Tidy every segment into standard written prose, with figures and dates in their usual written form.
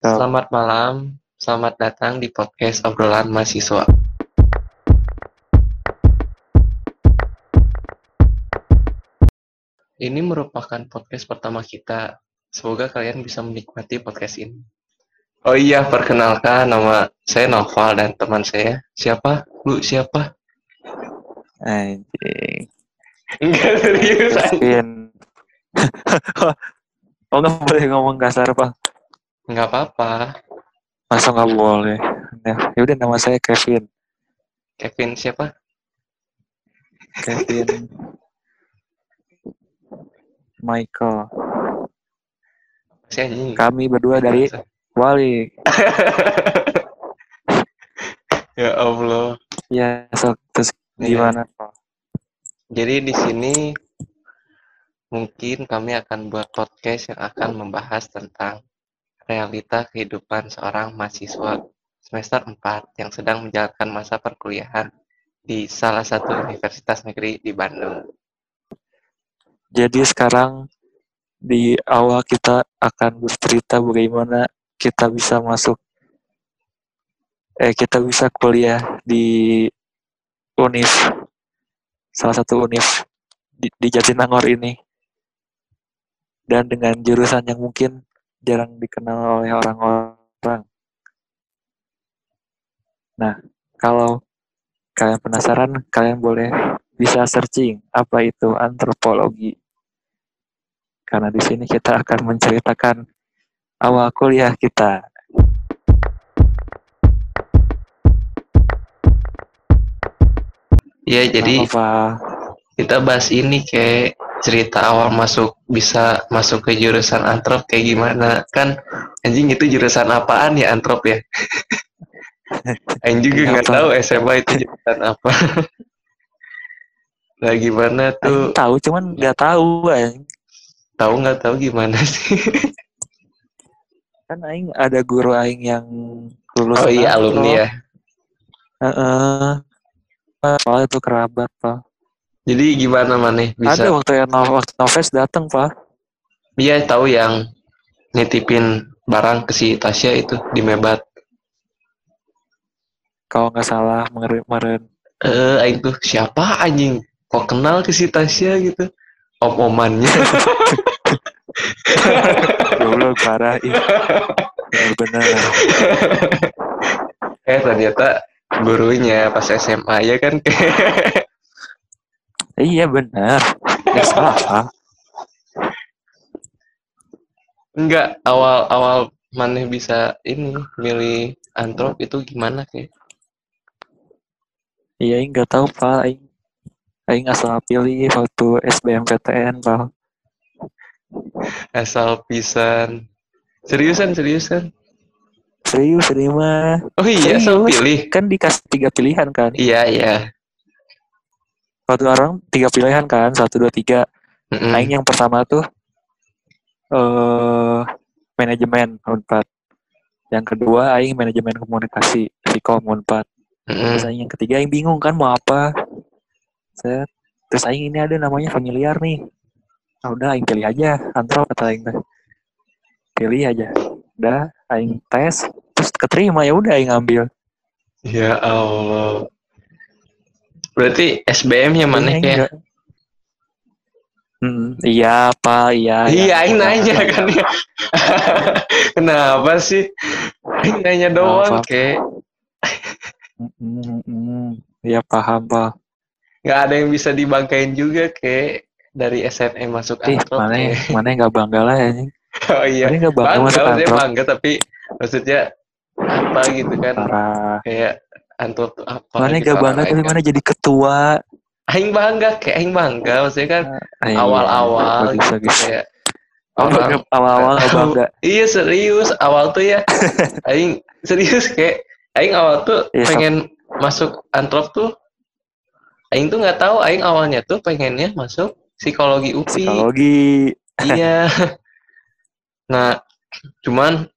Selamat malam, selamat datang di podcast obrolan mahasiswa. Ini merupakan podcast pertama kita. Semoga kalian bisa menikmati podcast ini. Oh iya, perkenalkan nama saya Noval dan teman saya. Siapa? Lu siapa? Anjing. Enggak serius anjing. Kevin. Oh nggak boleh ngomong kasar Pak. Enggak apa-apa. Masa nggak boleh? Ya udah nama saya Kevin. Kevin siapa? Kevin Michael. Si anjing. Kami berdua dari Wali. Ya Allah. Ya, terus gimana Pak? Jadi di sini mungkin kami akan buat podcast yang akan membahas tentang realita kehidupan seorang mahasiswa semester 4 yang sedang menjalankan masa perkuliahan di salah satu universitas negeri di Bandung. Jadi sekarang di awal kita akan bercerita bagaimana kita bisa kita bisa kuliah di univ, salah satu univ di Jatinangor ini, dan dengan jurusan yang mungkin jarang dikenal oleh orang-orang. Nah, kalau kalian penasaran, kalian boleh bisa searching apa itu antropologi. Karena di sini kita akan menceritakan awal kuliah kita. Ya, jadi Apa? kita bahas ini kayak cerita awal bisa masuk ke jurusan antrop kayak gimana. Kan anjing itu jurusan apaan ya antrop ya? Aing juga nggak tahu SMA itu jurusan apa. Nah gimana tuh? Aing tahu cuman nggak tahu Aing. Nggak tahu gimana sih? Kan Aing ada guru Aing yang lulusan Oh iya alumni ya. Soalnya itu kerabat Pak. Jadi gimana maneh Ada bisa? waktu Noves datang Pak. Iya tahu yang nitipin barang ke si Tasya itu di Mebat. Kalau nggak salah kemarin. Aing tuh siapa anjing? Kok kenal ke si Tasya gitu? Om-omannya. Goblok parah ih. Benar-benar. Ternyata gurunya pas SMA ya kan. Iya benar. Nggak salah Pak. Enggak, awal-awal maneh bisa ini milih antrop itu gimana kayak? Iya Aing nggak tahu Pak. Aing asal pilih waktu SBMPTN Pak. Asal pisan. Seriusan. Serius ini mah. Oh iya, asal pilih. Kan dikasih 3 pilihan kan. Iya. Waktu orang 3 pilihan kan, 1, 2, 3. Aing yang pertama tuh manajemen Unpad. Yang kedua Aing manajemen komunikasi Vkom Unpad. Terus Aing yang ketiga Aing bingung kan mau apa. Terus Aing ini ada namanya familiar nih. Nah, udah Aing pilih aja antrop kata Aing teh. Pilih aja. Udah Aing tes terus keterima, ya udah Aing ambil. Ya Allah. Berarti SBM-nya mana kayak? Iya Pak, iya. Iya, Aing nanya kan ya. Kenapa sih? Aing nanya doang kayak. Iya paham Pak. Nggak ada yang bisa dibanggain juga kayak dari SNM masuk antrop. Mana nggak bangga lah ya. Oh iya. Mana nggak bangga masuk antrop. Bangga tapi maksudnya apa gitu kan? Parah. Kayak antrop tuh apa? Mana gitu, nggak bangga tapi kan? mana jadi ketua. Aing bangga maksudnya kan awal-awal gitu, kayak awal-awal nggak bangga. Iya serius awal tuh ya. Aing serius kayak Aing awal tuh pengen masuk antrop tuh. Aing tuh nggak tahu Aing awalnya tuh pengennya masuk psikologi UPI. Psikologi. Iya. Nah, cuman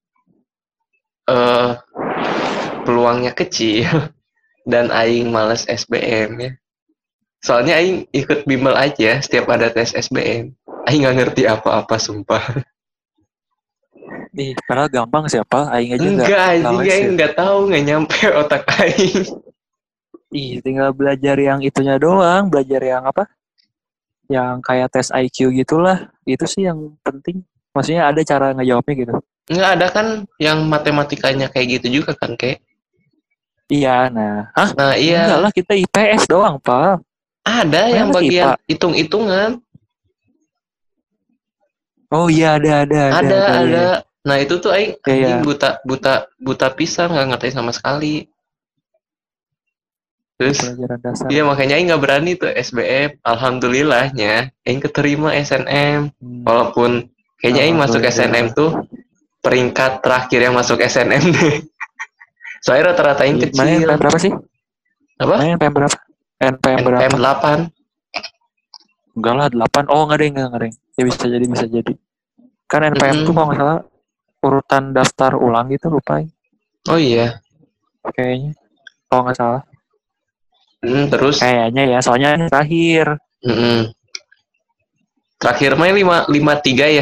peluangnya kecil dan Aing males SBM ya. Soalnya Aing ikut bimbel aja setiap ada tes SBM. Aing nggak ngerti apa-apa sumpah. Ih, padahal gampang siapa? Aing aja nggak Enggak, anjing les aing ya. nggak tahu, nggak nyampe otak aing. Ih, tinggal belajar yang itunya doang, belajar yang apa? Yang kayak tes IQ gitulah. Itu sih yang penting. Maksudnya ada cara ngejawabnya gitu. Enggak ada kan yang matematikanya kayak gitu juga kan, kayak. Iya, nah. Hah? Nah, Enggak iya, lah, kita IPS doang, Pak. ada Mana yang anak bagian IPA? hitung-hitungan. Oh iya, ada. Iya, Ada. iya. Nah, itu tuh aing Iya, iya. anjing buta buta buta pisang, nggak ngerti sama sekali. Itu Terus pelajaran dasar. iya makanya aing nggak berani tuh SBM. Alhamdulillahnya aing keterima SNM. Hmm, Walaupun kayaknya aing masuk SNM alhamdulillah. tuh peringkat terakhir yang masuk SNM deh. Soalnya rata-rata aing Mana NPM kecil. berapa sih? Mana Apa? NPM berapa? NPM NPM berapa? 8. Enggak lah, 8. Oh, enggak deh. Ya bisa jadi, bisa jadi. Kan NPM tuh kalau Mm-mm. nggak salah urutan daftar ulang gitu, lupa ya. Oh iya. Kayaknya. Kalau nggak salah. Terus Kayaknya ya, soalnya ini terakhir. mm-mm. Terakhir main 553 ya.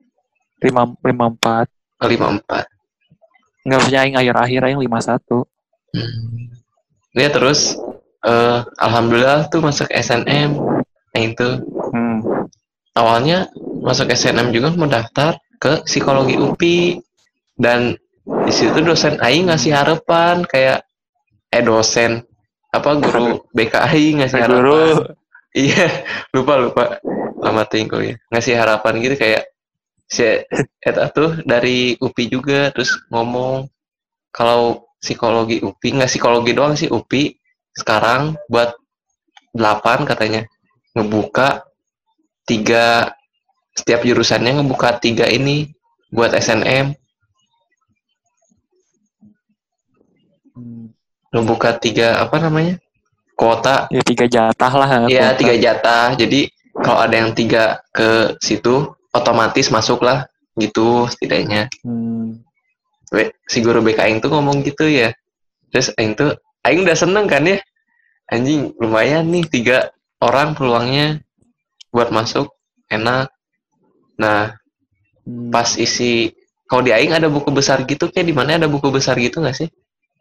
54. Oh, 54. Nggak usah aing akhir-akhir, aing 51. Hmm. Ya terus alhamdulillah tuh masuk SNM. Nah itu Hmm. awalnya masuk SNM juga mau daftar ke psikologi UPI, dan di situ dosen aing ngasih harapan kayak dosen apa Aduh, guru BKI ngasih guru. harapan. Iya, lupa lama tinggal ya, ngasih harapan gitu kayak si eta tuh dari UPI juga, terus ngomong kalau psikologi UPI, nggak psikologi doang sih, UPI sekarang buat 8 katanya ngebuka 3, setiap jurusannya ngebuka 3 ini buat SNM, Hmm. ngebuka 3 apa namanya, kuota. Ya 3 jatah lah Ya, kuota. 3 jatah, jadi kalau ada yang 3 ke situ otomatis masuk lah gitu setidaknya. Hmm. Si guru BK Aing tuh ngomong gitu ya, terus Aing udah seneng kan ya, anjing lumayan nih 3 orang peluangnya buat masuk, enak. Nah, Hmm. pas isi, kalau di Aing ada buku besar gitu, kayak di mana ada buku besar gitu nggak sih?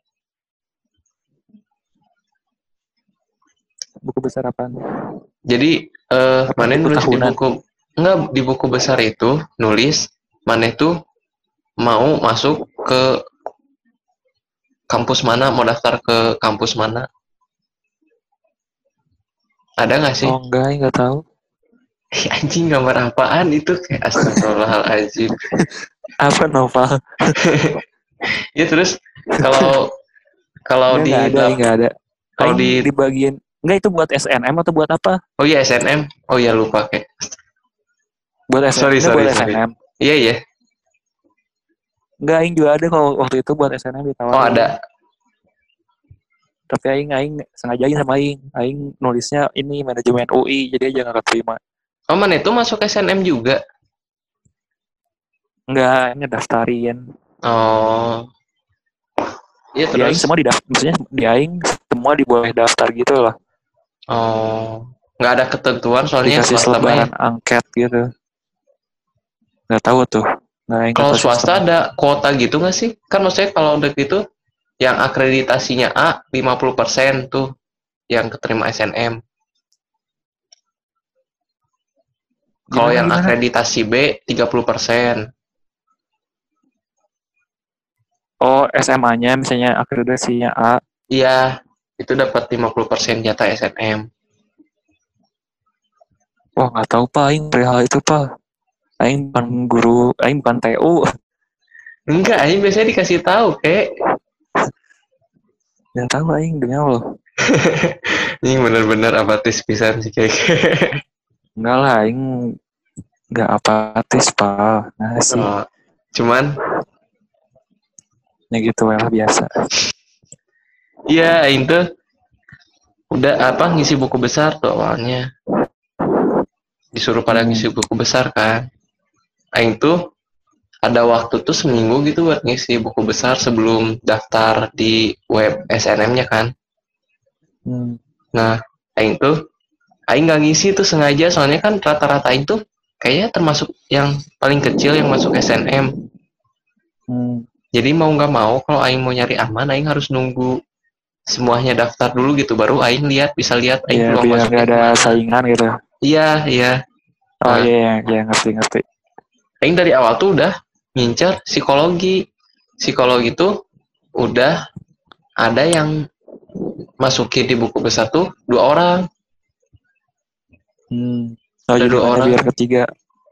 Buku besar apaan? Jadi Apa mana buku nulis di tahunan? buku, enggak, di buku besar itu nulis mana tuh mau masuk ke kampus mana, mau daftar ke kampus mana, ada nggak sih? Oh enggak, enggak tahu. Anjing gambar apaan itu, kayak astagfirullahaladzim. Apa novel? Ya terus kalau kalau Enggak di ada, enggak ada. kalau Aing di di bagian enggak itu buat SNM atau buat apa? oh iya SNM, oh iya lupa kayak, Buat SNM, sorry ini sorry buat sorry, SNM. iya iya, Enggak, Aing juga ada kalau waktu itu buat SNM oh ditawarin. ada. Tapi Aing sengajain sama Aing nulisnya ini manajemen UI, jadi aja nggak keterima. Oh mana itu masuk SNM juga? Enggak, ini daftarin. Oh iya Di Aing terus, semua maksudnya di Aing semua diboleh daftar gitu lah. oh nggak ada ketentuan soalnya Dikasih swasta mah ya. selebaran angket gitu. Nggak tahu tuh. Nah, Aing nggak Kalau tahu swasta sistemnya. ada kuota gitu nggak sih? Kan maksudnya kalau udah gitu yang akreditasinya A 50% tuh yang keterima SNM. Kalau Gimana yang gimana? akreditasi B 30%. Oh, SMA-nya misalnya akreditasinya A. Iya, itu dapat 50% jatah SNM. Wah, nggak tahu Pak, Aing perihal itu Pak. Aing bukan guru, Aing bukan TU. Enggak, ini biasanya dikasih tahu, kayak. Nggak tahu Aing demi Allah. Ini bener-bener apatis pisan sih kayak. Enggak lah, Aing nggak apatis Pak. Nah sih, Oh, cuman ya gitu lah biasa. iya itu udah apa ngisi buku besar tuh awalnya. Disuruh pada Hmm. ngisi buku besar kan. Aing tuh ada waktu tuh seminggu gitu buat ngisi buku besar sebelum daftar di web SNM-nya kan. Hmm. Nah, Aing nggak ngisi tuh sengaja, soalnya kan rata-rata Aing tuh kayaknya termasuk yang paling kecil yang masuk SNM. Jadi mau nggak mau kalau aing mau nyari aman, aing harus nunggu semuanya daftar dulu gitu, baru aing bisa lihat aing Ya, peluang biar masuknya nggak ada kemana. saingan gitu. Iya, iya. Oh Nah, iya, ngerti. aing dari awal tuh udah ngincer psikologi. Psikologi tuh udah ada yang masukin di buku besar tuh 2 orang. Oh Ada jadi dua mana orang. biar ketiga.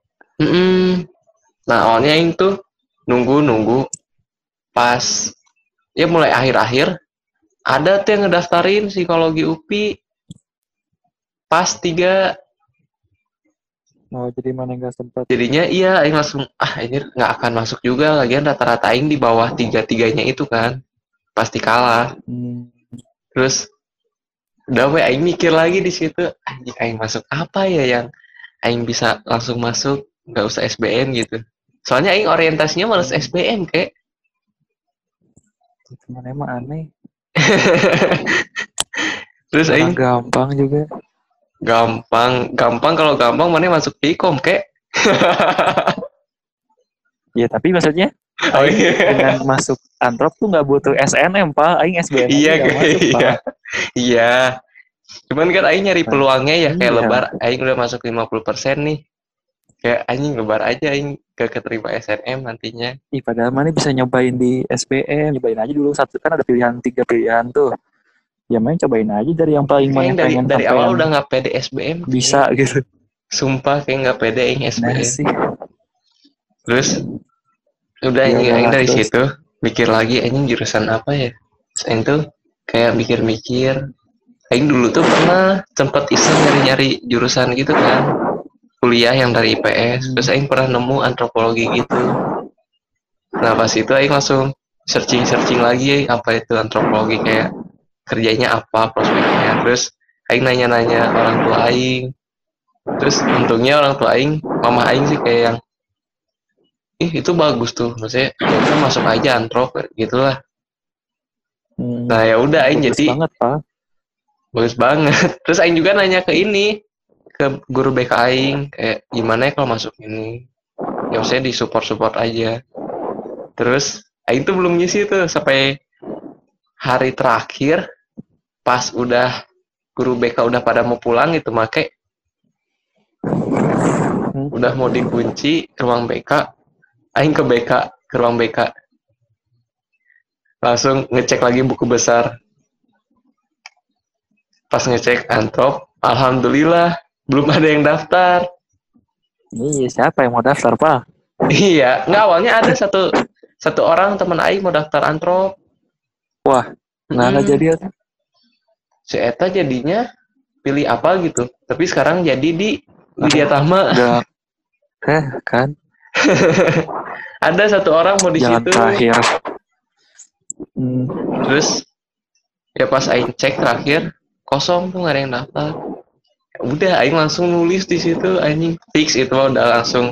Nah, awalnya aing tuh nunggu pas ya mulai akhir-akhir ada tuh yang ngedaftarin psikologi UPI pas 3. Oh jadi mana nggak sempat. Jadinya iya aing langsung ini nggak akan masuk juga, lagian rata-rata aing di bawah 3-3-nya itu kan pasti kalah. Terus udah aing mikir lagi di situ, anjing aing masuk apa ya yang aing bisa langsung masuk, nggak usah SBM gitu. Soalnya aing orientasinya males SBM kayak. Cuman emang aneh. Terus Orang aing gampang juga. gampang kalau gampang mana masuk Ikom kek. Ya tapi maksudnya Oh Aing iya. dengan masuk Antrop tuh nggak butuh SNM pak. Aing SBM aja Iya udah kayak masuk iya. pak. Iya. Cuman kan aing nyari Nah, peluangnya ya kayak iya. lebar, aing udah masuk 50% nih. Kayak anjing lebar aja aing gak keterima SNM nantinya. Ih padahal mana bisa nyobain di SBM, nyobain aja dulu satu kan ada pilihan 3 pilihan tuh. Ya main cobain aja dari yang paling Kayak mana aing dari pengen dari sampai awal yang udah nggak pede SBM kayak. bisa gitu. Sumpah kayak nggak pede aing Nah SBM. sih. Terus udah Ya anjing aing udahlah dari terus. situ mikir lagi anjing jurusan apa ya. Terus aing tuh kayak mikir-mikir. Aing dulu tuh pernah sempet iseng nyari-nyari jurusan gitu kan. Kuliah yang dari IPS. Terus aing pernah nemu antropologi gitu. Nah pas itu Aing langsung searching lagi apa itu antropologi, kayak kerjanya apa, prospeknya. Terus Aing nanya-nanya orang tua Aing. Terus untungnya orang tua Aing, mama Aing sih kayak yang, itu bagus tuh, maksudnya ya udah masuk aja antrop gitulah. Nah ya udah Aing Bagus jadi banget pak. bagus banget. Terus Aing juga nanya ke ini, ke guru BK Aing kayak gimana ya kalau masuk ini. Ya maksudnya di support aja. Terus Aing tuh belum ngisi tuh sampai hari terakhir pas udah guru BK udah pada mau pulang itu make udah mau dikunci ke ruang BK, aing ke BK, ke ruang BK langsung ngecek lagi buku besar. Pas ngecek antrop, alhamdulillah belum ada yang daftar. Iya siapa yang mau daftar pak? Iya, nggak, awalnya ada satu satu orang teman aing mau daftar antrop. Wah nggak jadi ya. Si Eta jadinya pilih apa gitu, tapi sekarang jadi di Widya Aduh, Tama. udah kan Ada satu orang mau di jalan situ. terakhir. Terus ya pas aing cek terakhir kosong tuh, nggak ada yang daftar. Ya udah aing langsung nulis di situ, anjing fix itu udah langsung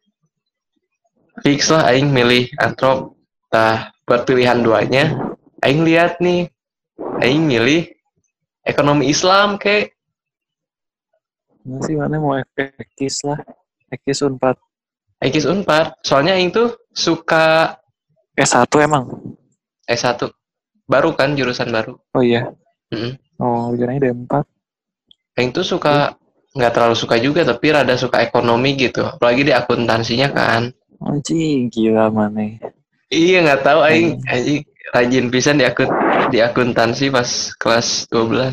fix lah aing milih antrop. Nah buat pilihan duanya aing lihat nih, aing milih ekonomi Islam kayak. Masih mana mau ekis lah. Ekis Unpad. Ekis Unpad, soalnya aing tuh suka S1 emang. S1 baru kan, jurusan baru. Oh iya. Mm-mm. Oh jurusannya D4. Aing tuh suka, nggak terlalu suka juga tapi rada suka ekonomi gitu, apalagi di akuntansinya kan. Anjing gila mana. Iya nggak tahu aing Anjing. anjing rajin pisan di akuntansi pas kelas 12.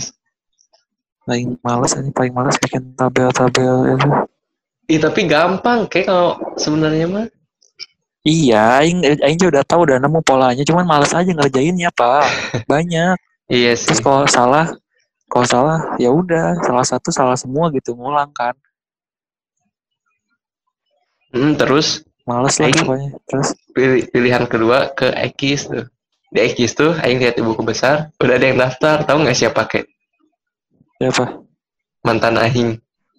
Paling males bikin tabel-tabel itu. Tapi gampang kayak kalau sebenarnya mah. Iya, aing juga udah tahu udah nemu polanya, cuman males aja ngerjainnya, Pak. Banyak. Iya Terus sih. kalau salah ya udah, salah satu salah semua gitu, ngulang kan. Terus Males lah aing pokoknya. Terus pilihan kedua ke Ekis tuh. Di Ekis tuh aing lihat di buku besar udah ada yang daftar, tahu nggak siapa kayak? siapa? Mantan aing.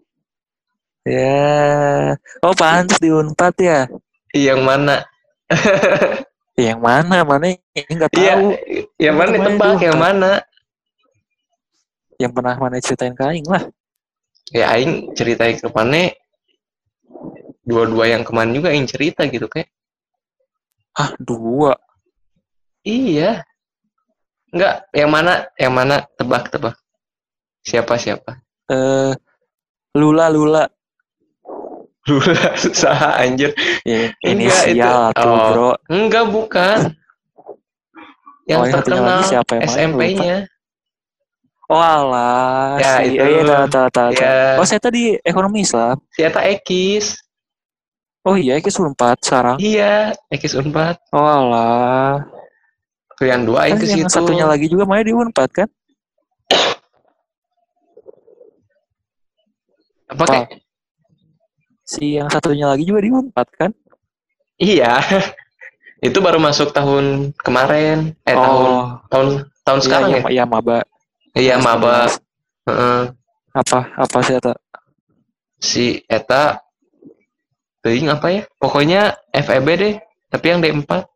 Ya. Oh, pantas di Unpad ya. Yang mana? Yang mana? Mana yang nggak Iya, tahu. yang Kan mana temannya di tebak yang Unpad. mana? Yang pernah mana ceritain ke aing lah. Ya aing ceritain ke mana, dua-dua yang kemarin juga aing cerita gitu kayak. Hah, 2? Iya. Enggak, yang mana? Yang mana? Tebak. Siapa? Eh, Lula. Lula susah anjir. Enggak itu. Inisial tuh, Oh, bro. enggak bukan. Yang Yang satunya lagi terkenal siapa emang? Lupa. SMP-nya. Oh alah, Ya itu. iya tahu. Ya, Oh saya tadi ekonomi Islam. si Eta Ekis. Oh iya, Ekis 4 sekarang. Iya, Ekis Unpad. Oh alah. Tuh yang dua Kan aing ke yang situ. satunya lagi juga main di Unpad kan? Apa kayak? Si yang satunya lagi juga di Unpad kan? Iya, itu baru masuk tahun kemarin. Tahun Oh, tahun tahun iya sekarang ya, ya? ya maba Iya, maba. 2019. Heeh. Apa sih eta? Si Eta teuing apa ya? Pokoknya FEB deh, tapi yang D4.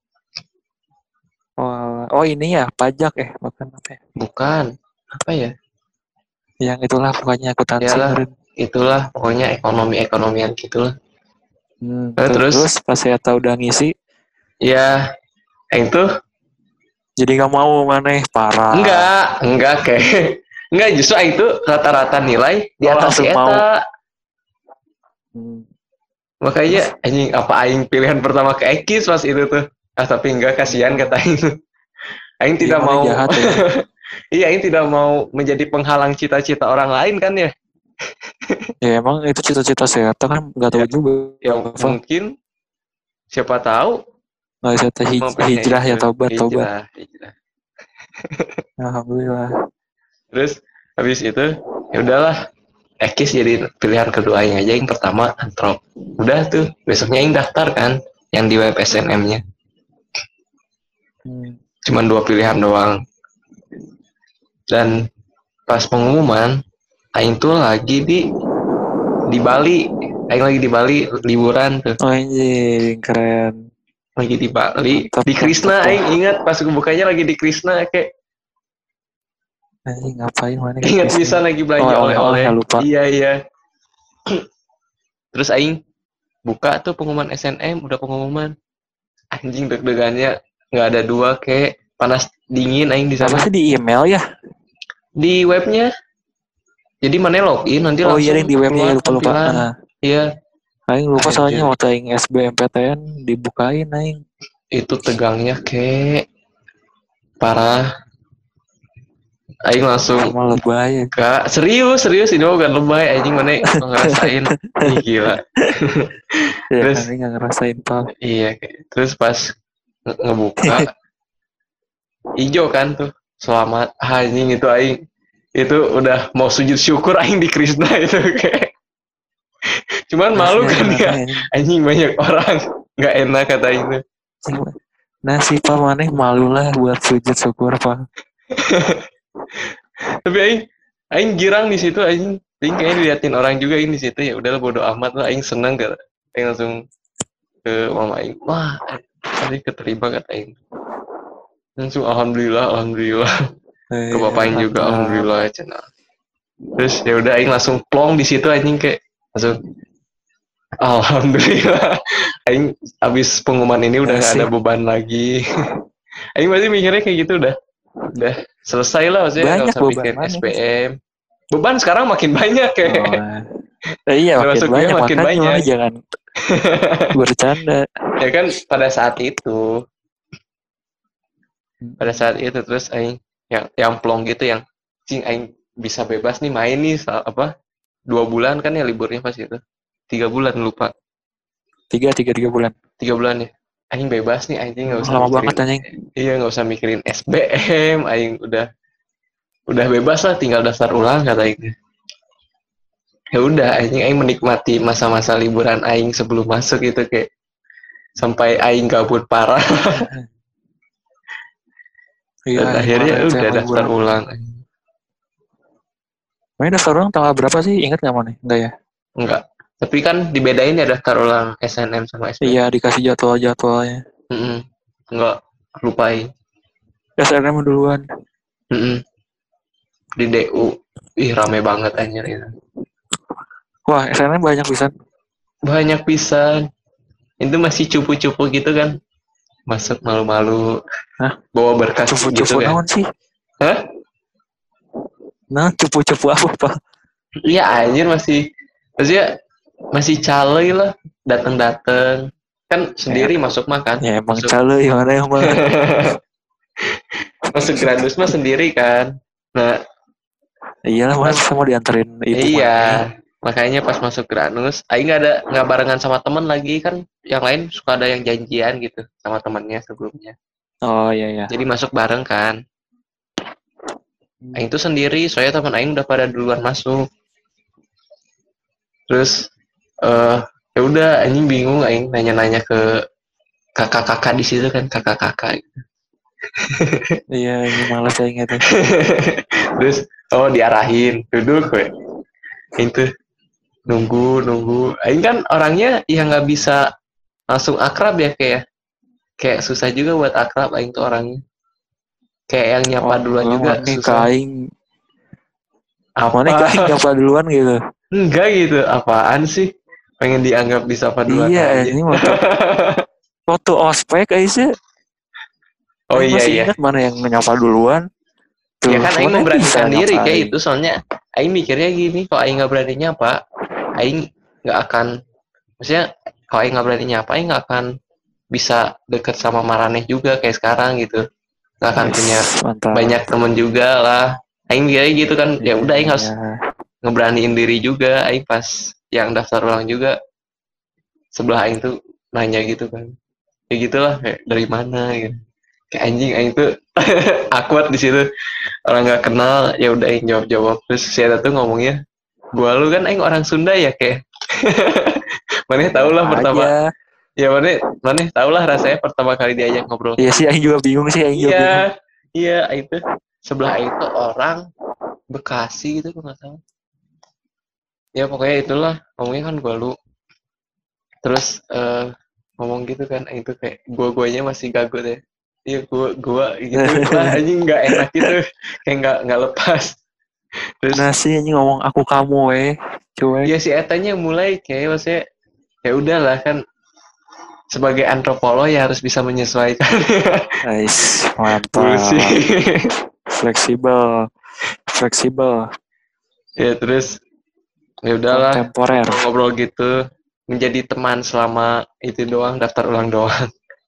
Oh ini ya pajak bukan apa ya? Bukan. Apa ya? Yang itulah pokoknya akuntansi Yalah, meren. itulah pokoknya ekonomian gitulah. Terus Terus pas saya tahu udah ngisi, ya itu jadi nggak mau maneh parah. enggak kayak enggak justru itu rata-rata nilai di Oh atas si langsung mau. Eta. Hmm. Makanya anjing apa aing pilihan pertama ke Ekis pas itu tuh. Tapi enggak kasihan kata aing. Aing Iya tidak mana mau. jahat ya. Iya, aing tidak mau menjadi penghalang cita-cita orang lain kan ya. Ya emang itu cita-cita saya kan nggak tahu Ya, juga ya apa. mungkin siapa tahu Nggak bisa mempengen hijrah ya itu tobat. hijrah. Alhamdulillah. Terus habis itu ya udahlah Ekis jadi pilihan kedua aing aja, yang pertama antrop. Udah tuh besoknya aing daftar kan yang di web SNM-nya. Cuman 2 pilihan doang. Dan pas pengumuman aing tuh lagi di Bali. Aing lagi di Bali liburan tuh. Oh anjing keren. Lagi di Bali, Mantap, di Krishna mantap lah. aing ingat pas bukanya lagi di Krishna kayak Anjing ngapain mana ke ingat Krishna? bisa lagi belanja Oleh-oleh ya oleh-oleh. lupa. Iya. Terus aing buka tuh pengumuman SNM, udah pengumuman. Anjing deg-degannya nggak ada 2 kayak panas dingin aing di Apa sana. sih di email ya? Di webnya. Jadi mana login nanti Oh iya langsung yang di webnya ya keluar lupa. tampilan. Iya. Aing lupa soalnya Anjir. waktu aing SBMPTN dibukain aing. Itu tegangnya kayak parah. Aing langsung Cuma lebay. Kak, serius ini mah bukan lebay anjing mana ngerasain. Ih gila. Ya Terus aing nggak ngerasain pal. iya terus pas ngebuka hijau kan tuh. Selamat anjing itu aing. Itu udah mau sujud syukur aing di Krishna itu kayak. Cuman malu Nasib kan ya. maneh Anjing banyak orang nggak enak kata itu. nasib pal maneh malu lah buat sujud syukur pal. Tapi aing girang di situ aing kayaknya diliatin orang juga ini di situ ya udahlah bodo amat lah aing seneng kata. Aing langsung ke mama aing. Wah, tadi keterima kata aing. Langsung alhamdulillah. Ke bapak aing juga alhamdulillah cenah. Terus ya udah aing langsung plong di situ anjing kayak langsung alhamdulillah. Aing abis pengumuman ini udah gak ada beban lagi. Aing masih mikirnya kayak gitu udah selesai lah maksudnya nggak usah mikir SPM. Beban sekarang makin banyak kayak. Iya makin banyak makin makanya banyak. Jangan bercanda. Ya kan pada saat itu terus aing yang plong gitu yang cing aing bisa bebas nih main nih apa 2 bulan kan ya liburnya pas itu 3 bulan lupa 3 bulan 3 bulan ya aing bebas nih anjing nggak usah lama mikirin banget anjing. Iya nggak usah mikirin SBM aing udah bebas lah tinggal daftar ulang kata aing. Ya udah aing menikmati masa-masa liburan aing sebelum masuk itu kayak sampai aing gabut parah. Dan akhirnya udah daftar ulang. Main daftar ulang tanggal berapa sih? Ingat nggak mana? Enggak ya? Enggak. Tapi kan dibedain ya daftar ulang SNM sama SBM. Iya dikasih jadwalnya. Enggak lupain. SNM duluan. Di DU. Ih rame banget anjir itu. Wah SNM banyak pisan. Banyak pisan. Itu masih cupu-cupu gitu kan. masuk malu-malu. Hah? Bawa berkas Cupu-cupu gitu kan. naon sih? Hah? Nah, cupu-cupu apa, Pak? Iya anjir maksudnya masih caloy lah, dateng kan sendiri masuk makan, Ya emang masuk cale mana emang. masuk Gradus mah sendiri kan. Nah Iyalah pas mas mau dianterin ibu iya mana. makanya pas masuk Granus Aing nggak barengan sama temen lagi kan, yang lain suka ada yang janjian gitu sama temennya sebelumnya, Oh iya iya. jadi masuk bareng kan. Aing tuh sendiri soalnya teman Aing udah pada duluan masuk. Terus ya udah anjing bingung Aing nanya-nanya ke kakak-kakak di situ kan, kakak-kakak. Iya ini malas saya ingat. Terus diarahin duduk we. Itu nunggu Aing kan orangnya yang nggak bisa langsung akrab ya, kayak susah juga buat akrab. Aing tuh orangnya kayak yang nyapa Oh duluan enggak juga mana susah. kain. Mana Apa kain nyapa duluan gitu. enggak gitu, apaan sih pengen dianggap disapa duluan Iya aja. ini foto ospek aja. Oh Aing iya masih iya ingat mana yang nyapa duluan. ya Tuh, kan Aing mana bisa memberanikan diri nyapa kayak Aing. itu, soalnya Aing mikirnya gini, kalau Aing nggak berani nyapa Aing nggak akan, maksudnya kalau Aing nggak berani nyapa Aing nggak akan bisa deket sama Maraneh juga kayak sekarang gitu, nggak akan punya Mantap. banyak temen juga lah. Aing mikirnya gitu kan, ya Iya udah Aing iya. harus ngeberaniin diri juga. Aing pas yang daftar ulang juga sebelah Aing tuh nanya gitu kan, kayak gitulah, kayak dari mana gitu, kayak anjing Aing tuh awkward di situ, orang nggak kenal. Ya udah Aing jawab terus saya tuh ngomongnya, gua lu kan Aing orang Sunda ya kayak maneh tau Ngomong lah aja. pertama, ya maneh tau lah rasanya pertama kali diajak ngobrol Iya kayak sih gitu. Aing juga bingung sih Aing juga bingung. Iya iya Aing tuh sebelah Aing tuh orang Bekasi gitu kok nggak tahu. Ya pokoknya itulah ngomongnya kan gua lu, terus ngomong gitu kan itu kayak guanya masih gagu deh. Iya gua gitu lah anjing, nggak enak gitu, kayak nggak lepas. Terus Nah sih anjing ngomong aku kamu cuek. ya si etanya mulai kayak maksudnya ya udahlah kan, sebagai antropolog ya harus bisa menyesuaikan. Nice, Bullshit. mantap. Fleksibel, fleksibel, Ya terus ya udahlah kontemporer. ngobrol-ngobrol gitu, menjadi teman selama itu doang, daftar ulang doang.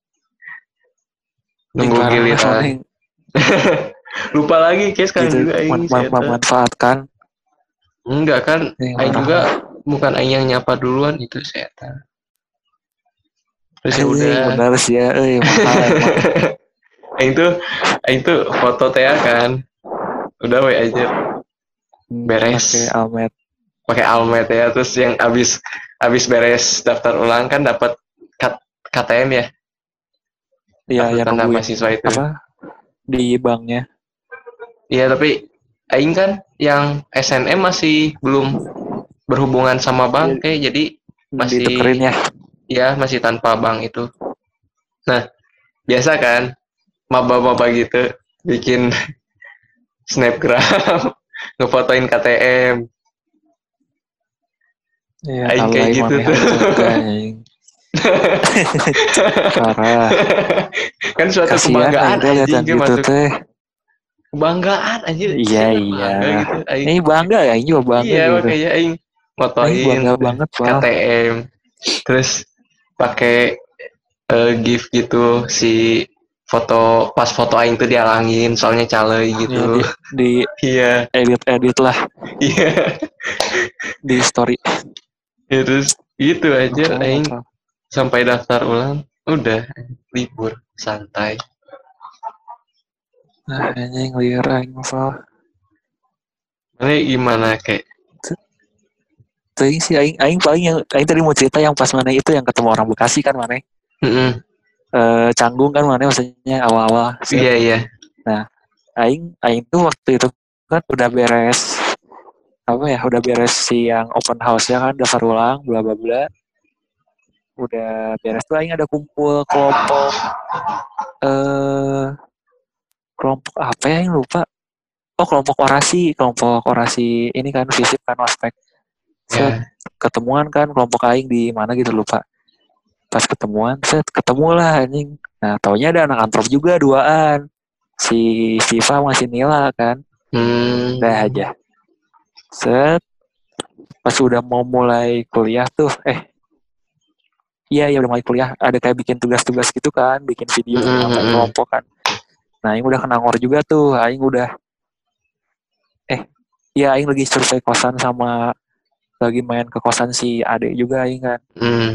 Ini Nunggu parah mas mana giliran. yang Lupa lagi kayak sekarang gitu juga aing si eta. memanfaatkan. Enggak kan, Ini aing parah juga lah. bukan aing yang nyapa duluan, itu si eta. Terus ya Ini udah. benar sih ya, mahal emang. aing tuh foto teh kan. Udah we aja Pakai beres. almet. Pakai almet ya, terus yang abis beres daftar ulang kan dapat KTM ya, Iya kartu yang tanda nungguin mahasiswa itu. apa di banknya. Iya tapi aing kan yang SNM masih belum berhubungan sama bank kayak, jadi Ditukerin masih, ya. ya masih tanpa bank itu. Nah biasa kan maba-maba gitu bikin snapgram ngefotoin KTM. Iya Aing kayak alay gitu maneh tuh. juga aing. Parah. Kan suatu Kasihan aing kebanggaan teh lihat anjing yang ke gitu masuk, teh. kebanggaan anjir, Iya saya mah iya. bangga gitu aing. Ini bangga ya, ini juga bangga Iya gitu. makanya aing Aing fotoin bangga banget pak. KTM, terus pakai gift gitu, si foto pas foto aing tuh dialangin soalnya calei gitu. Ya di Iya edit lah iya. di story. Ya, terus gitu aja Novel aing novel. sampai daftar ulang udah libur santai. Nah ini yang liar aing novel. Mana gimana kayak Tapi sih aing paling yang aing tadi mau cerita yang pas mana itu yang ketemu orang Bekasi kan mana. Canggung kan mana maksudnya awal-awal. iya iya Nah, aing tuh waktu itu kan udah beres apa ya, udah beres si yang open house ya kan, daftar ulang bla bla bla. Udah beres tuh aing ada kumpul eh kelompok apa ya yang lupa. Oh, kelompok orasi ini kan fisip kan ospek. Set ya ketemuan kan kelompok aing di mana gitu lupa. Pas ketemuan, set ketemulah anjing Nah, taunya ada anak antrop juga duaan. Si Siva sama si Nila kan. Udah aja. Set. Pas udah mau mulai kuliah tuh. Iya, udah mulai kuliah. Ada kayak bikin tugas-tugas gitu kan. Bikin video ngapain kelompok kan. Nah, Aing udah kenangor juga tuh. Aing udah. Iya, Aing lagi survei kosan sama. Lagi main ke kosan si Ade juga Aing kan.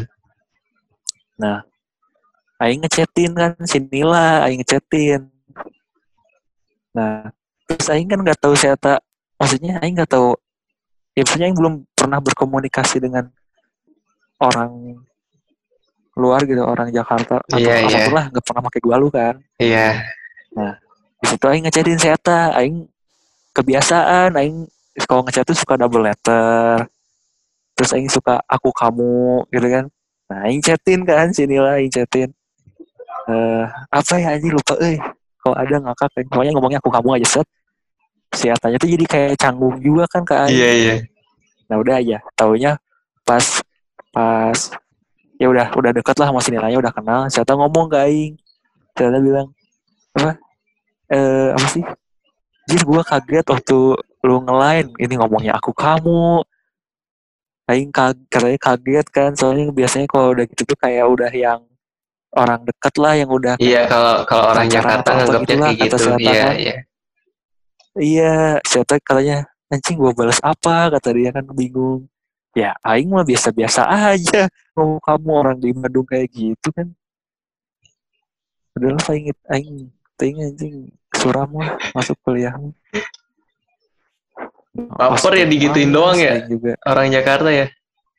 Nah, Aing ngechatin kan. Si Nila Aing ngechatin. Nah, terus Aing kan gak tahu saya tak. Maksudnya Aing gak tahu. Ya maksudnya Aing belum pernah berkomunikasi dengan orang luar gitu, orang Jakarta atau apapun lah, gak pernah pakai gua lu kan. Iya. Nah, di situ Aing ngechatin saya tak. Aing kebiasaan, Aing kalau ngechat tuh suka double letter. Terus Aing suka aku kamu gitu kan. Nah, Aing chatin kan, sinilah Aing chatin. Apa ya anjing lupa kalau ada ngakak kan. Pokoknya ngomongnya aku kamu aja set. Si Atanya tuh jadi kayak canggung juga kan ke Aing. Iya. Nah udah aja, taunya pas ya udah deket lah sama si nilainya udah kenal. Saya ngomong ke Aing. Saya bilang apa? Apa sih? Jir gue kaget waktu lu nge-line ini ngomongnya aku kamu. Aing katanya kaget kan, soalnya biasanya kalau udah gitu tuh kayak udah yang orang deket lah yang udah Iya, kalau orang Jakarta nganggapnya kayak gitu. Iya, kan. iya. Iya, saya katanya anjing gue balas apa, kata dia kan bingung. Ya, Aing mah biasa-biasa aja. Mau kamu orang di Bandung kayak gitu kan. Padahal Aing anjing suram lah masuk kuliah. Baper ya digituin doang ya juga. Orang Jakarta ya.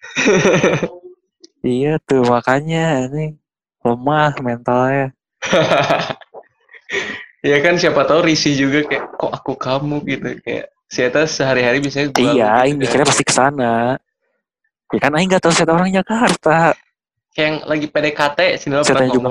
Iya tuh makanya ini lemah mentalnya. Ya kan siapa tahu risih juga kayak kok aku kamu gitu kayak siapa sehari-hari biasanya gua iya gitu Aing mikirnya pasti kesana. Ya kan Aing gak tahu siapa orang Jakarta. Kayak yang lagi PDKT sini pernah juga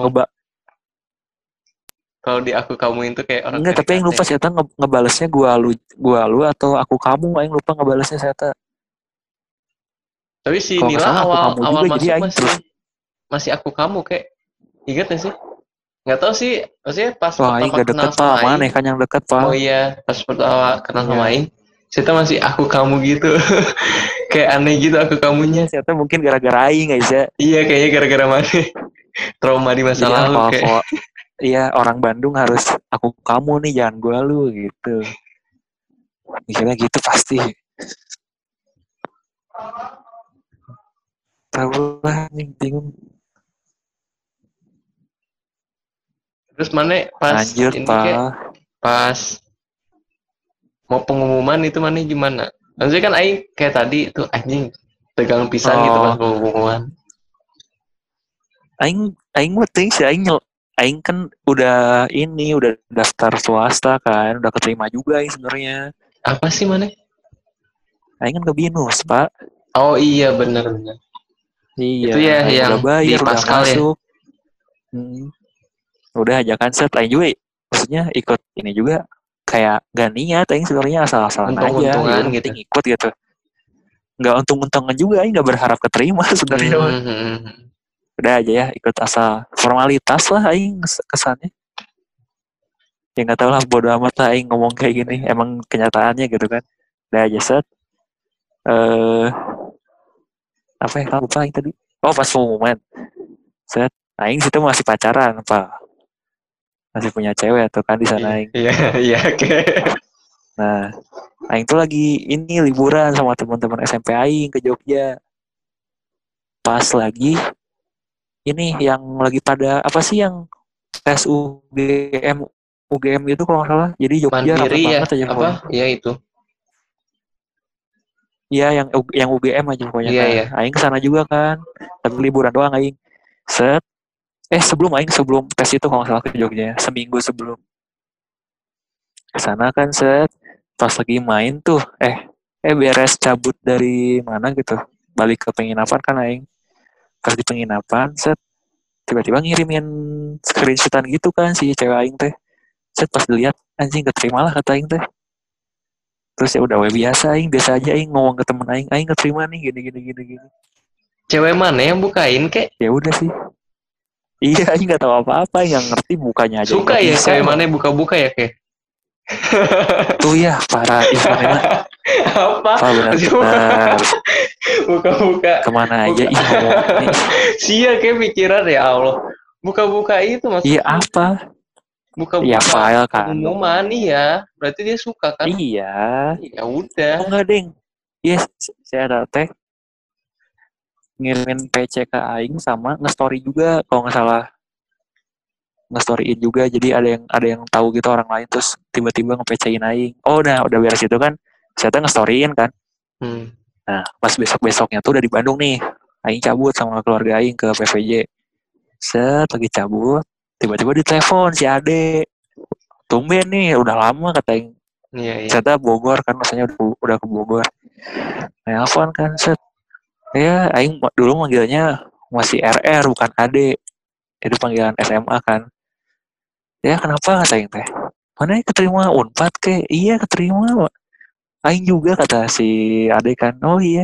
kalau di aku kamu itu kayak orang enggak, tapi Aing lupa siapa ngebalesnya gua lu atau aku kamu. Aing lupa ngebalesnya siapa. Tapi si Nila awal masuk jadi masih aku kamu kayak ingat gak sih? Nggak tahu sih, maksudnya pas pertama kenal sama Aing. Mana kan yang dekat Pak? Oh iya, pas pertama kenal sama Aing, kita masih aku kamu gitu. Kayak aneh gitu aku kamunya. Siapa mungkin gara-gara Aing aja. Iya, kayaknya gara-gara mana? Trauma di masa lalu kayak. Iya, orang Bandung harus aku kamu nih, jangan gua lu gitu. Mikirnya gitu pasti. Tahu lah, bingung. Terus mana pas Anjir, ini kayak pas mau pengumuman itu mana gimana? Maksudnya kan Aing kayak tadi tuh anjing tegang pisan gitu pas pengumuman. Aing penting sih Aing kan udah daftar swasta kan, udah keterima juga sebenarnya. Apa sih mana? Aing kan ke BINUS, Pak. Oh iya benar. Iya. Itu ya Aing yang udah bayar, di Pascal udah masuk. Ya. Udah aja kan set Aing juga. Maksudnya ikut ini juga kayak gak niat Aing sebenarnya asal-asalan aja. Ya udah penting ikut gitu. Nggak untung-untungan juga, Aing nggak berharap keterima sebenarnya. Udah aja ya ikut asal formalitas lah Aing kesannya. Ya nggak tahu lah, bodo amat lah Aing ngomong kayak gini, emang kenyataannya gitu kan. Udah aja set. Apa ya, lupa Aing tadi. Oh pas pengumuman set Aing situ masih pacaran apa, masih punya cewek tuh kan di sana Aing. Iya oke. Nah Aing tuh lagi ini liburan sama teman-teman SMP Aing ke Jogja. Pas lagi ini yang lagi pada apa sih yang tes UGM itu kalau nggak salah. Jadi Jogja Mandiri rapat ya, banget aja apa? Iya itu. Iya yang UGM aja pokoknya kan. Iya. Aing kesana juga kan. Tapi liburan doang Aing. Set. sebelum tes itu kalau nggak salah ke Jogja. Seminggu sebelum. Kesana kan set. Pas lagi main tuh. Beres cabut dari mana gitu. Balik ke penginapan kan Aing. Pas di penginapan set. Tiba-tiba ngirimin screenshotan gitu kan si cewek Aing teh. Set pas dilihat anjing keterima lah kata Aing teh. Terus ya udah biasa aja Aing ngomong ke temen Aing keterima nih gini. Cewek mana yang bukain kek? Ya udah sih. Iya, aing nggak tahu apa-apa, yang ngerti bukanya aja Suka nggak ya bisa. cewek mana buka-buka ya kayak. Tuh ya, para Ivanena. Apa? Pak benar-benar. Buka-buka. Kemana aja Buka. ih ngomong ini. Sia kayak pikiran ya Allah. Buka-buka itu Iya maksudnya apa? Iya buka-buka file kan dong. pengumuman iya. Berarti dia suka kan? Iya. Ya udah. Oh enggak, Deng. Yes, saya ada teh ngirimin PC ke aing sama nge-story juga kalau nggak salah. Nge-storyin juga, jadi ada yang tahu gitu orang lain, terus tiba-tiba nge-PC-in aing. Oh udah beres itu kan. Saya tuh nge-storyin kan. Hmm. Nah, pas besok-besoknya tuh udah di Bandung nih. Aing cabut sama keluarga aing ke PVJ. Set lagi cabut, tiba-tiba ditelepon si Ade. Tumben nih, udah lama kata aing. Iya, iya. Saya Bogor kan, maksudnya udah ke Bogor. Telepon kan, set. Ya, aing dulu manggilnya masih RR bukan Ade. Itu panggilan SMA kan. Ya kenapa kata aing teh? Mana keterima Unpad ke? Iya keterima. Aing juga kata si Ade kan. Oh iya.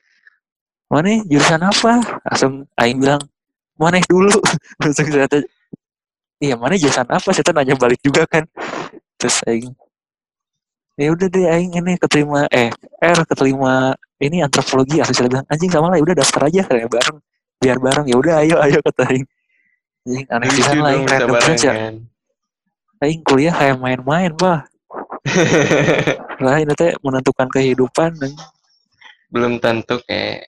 Mana jurusan apa? Langsung aing bilang, mana dulu. Langsung saya tanya, iya mana jurusan apa? Saya nanya balik juga kan. Terus aing, ya udah deh aing ini keterima keterima ini antropologi. Langsung saya bilang, anjing sama lah, ya udah daftar aja kayak bareng. Biar bareng, ya udah ayo kata aing. Anjing aneh pisan Lucu lah dong aing bisa random saja. barengan. Aing kuliah kayak main-main, bah. Lah ini teh menentukan kehidupan. Belum tentu kayak.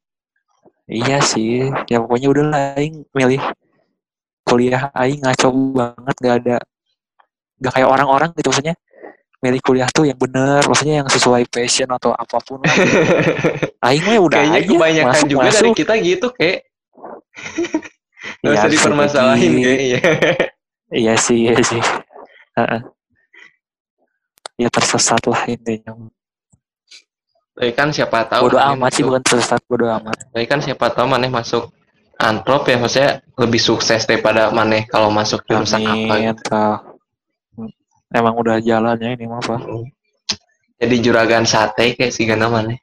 Iya sih, ya pokoknya udah lah aing milih kuliah aing ngaco banget, gak kayak orang-orang gitu, maksudnya milih kuliah tuh yang bener, maksudnya yang sesuai passion atau apapun lah gitu. Aing mah udah Kayaknya aja kebanyakan juga dari masuk. kita gitu kayak. Gak Iya usah bisa jadi, dipermasalahin kayaknya. iya sih. Heeh. Ya tersesat lah intinya. Tapi kan siapa tahu Bodoh maneh amat sih, masuk. bukan tersesat, bodoh amat. Tapi kan siapa tahu maneh masuk antrop ya, maksudnya lebih sukses daripada maneh kalau masuk jurusan apa Amin, gitu. Pak. Emang udah jalannya ini mah, Pak. Jadi juragan sate kayak si Gana maneh.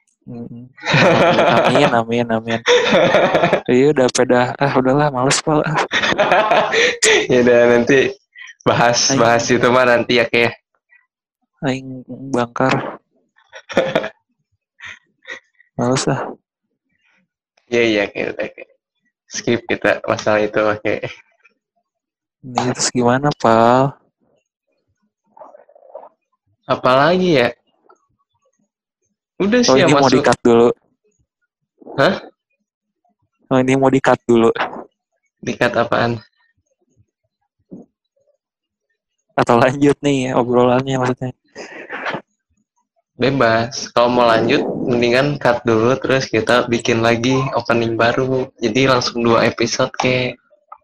Amin. Iya udah udahlah males Pak. Ya udah nanti bahas itu mah nanti ya kayak. Aing bangkar. Males lah. Iya kayak udah kayak. Skip kita masalah itu oke. Ini terus gimana Pak? Apalagi ya? Udah Oh sih ya ini mau masuk. di-cut dulu. Hah? Oh ini mau di-cut dulu. Dikat apaan? Atau lanjut nih obrolannya maksudnya. Bebas. Kalau mau lanjut, mendingan cut dulu terus kita bikin lagi opening baru. Jadi langsung 2 episode kayak.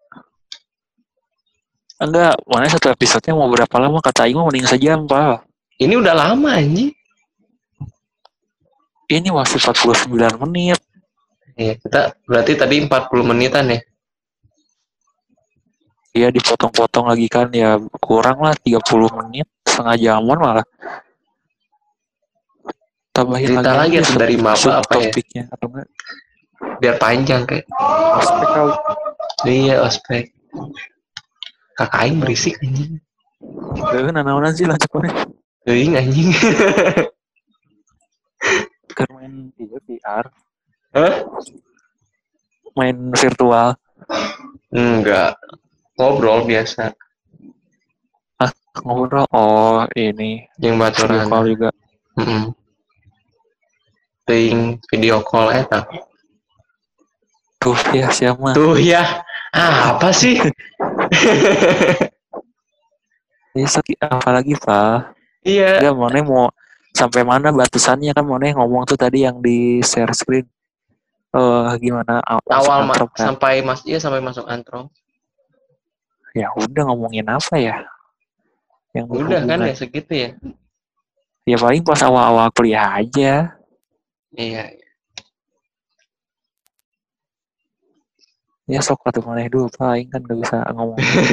Enggak, mana satu episodenya mau berapa lama? Kata Aing mending sejam Pak. Ini udah lama anjing. Ini masih 49 menit. Iya, kita berarti tadi 40 menitan ya. Iya dipotong-potong lagi kan ya, kurang lah 30 menit, setengah jaman malah. Tambahin Cerita lagi aja atau dari maba apa ya? topiknya atau enggak? Biar panjang kayak. Ospek kau. Iya, ospek. Kakak aing berisik anjing. Deun naon sih lanjut mana? Teuing anjing. Keur main iya VR, Hah? main virtual. Enggak. Ngobrol biasa. Ngobrol. Oh, ini Yang video baturan. call juga. Teuing video call eta. Tuh ya siapa? Tuh ya. Apa sih? Apalagi Pak? Iya. Enggak, Mone mau sampai mana batasannya kan Mone ngomong tuh tadi yang di share screen. Gimana Awal antrop kan? sampai masuk antro. Ya udah ngomongin apa ya? Yang Udah kan berhubungan. ya segitu ya. Ya paling pas awal-awal kuliah aja. Iya. Ya sok atuh maneh dulu paling kan gak bisa ngomong.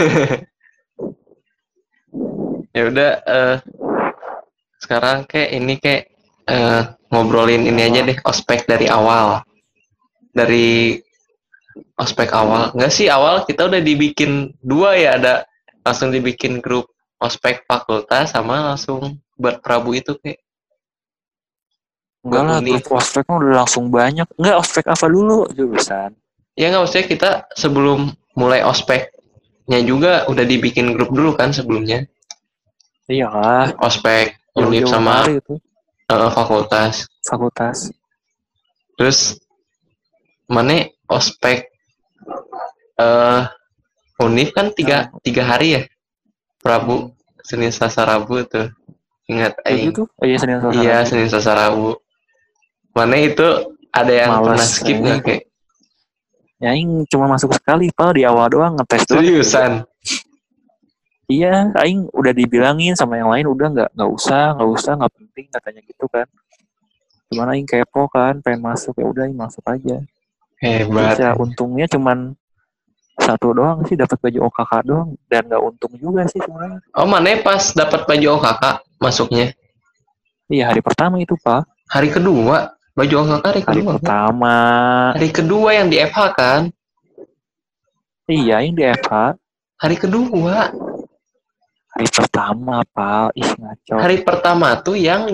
Ya udah sekarang kayak ngobrolin ini aja deh, ospek dari awal. Dari Ospek awal. Enggak sih, awal kita udah dibikin 2 ya, ada langsung dibikin grup ospek fakultas sama langsung buat Prabu itu kayak Enggak buat lah, grup univ. ospek kan udah langsung banyak. Enggak, ospek apa dulu jurusan? Ya nggak, maksudnya kita sebelum mulai ospeknya juga udah dibikin grup dulu kan sebelumnya. Iya lah, Ospek univ jauh-jauh sama hari itu fakultas. fakultas. Terus mana ospek eh univ kan tiga hari ya, Prabu, Senin, Selasa, Rabu tuh. Ingat Kayak aing. gitu? Oh iya, Senin Selasa Iya, Rabu. Senin, Selasa, Rabu. Mana itu ada yang pernah Males skip nggak kayak? ya aing cuma masuk sekali Pak, di awal doang ngetes doang. Seriusan? Iya, aing udah dibilangin sama yang lain udah nggak usah, nggak penting katanya gitu kan. Cuman aing kepo kan, pengen masuk ya udah aing masuk aja. Terus Hebat. ya untungnya cuman satu doang sih, dapat baju OKK doang, dan nggak untung juga sih sebenarnya. Oh, mana pas dapat baju OKK masuknya? Iya, hari pertama itu Pak. Hari kedua? Baju OKK hari Hari kedua kan? pertama. Hari kedua yang di FH kan? Iya, yang di FH. Hari kedua. Hari pertama Pak. Ih, ngaco. Hari pertama tuh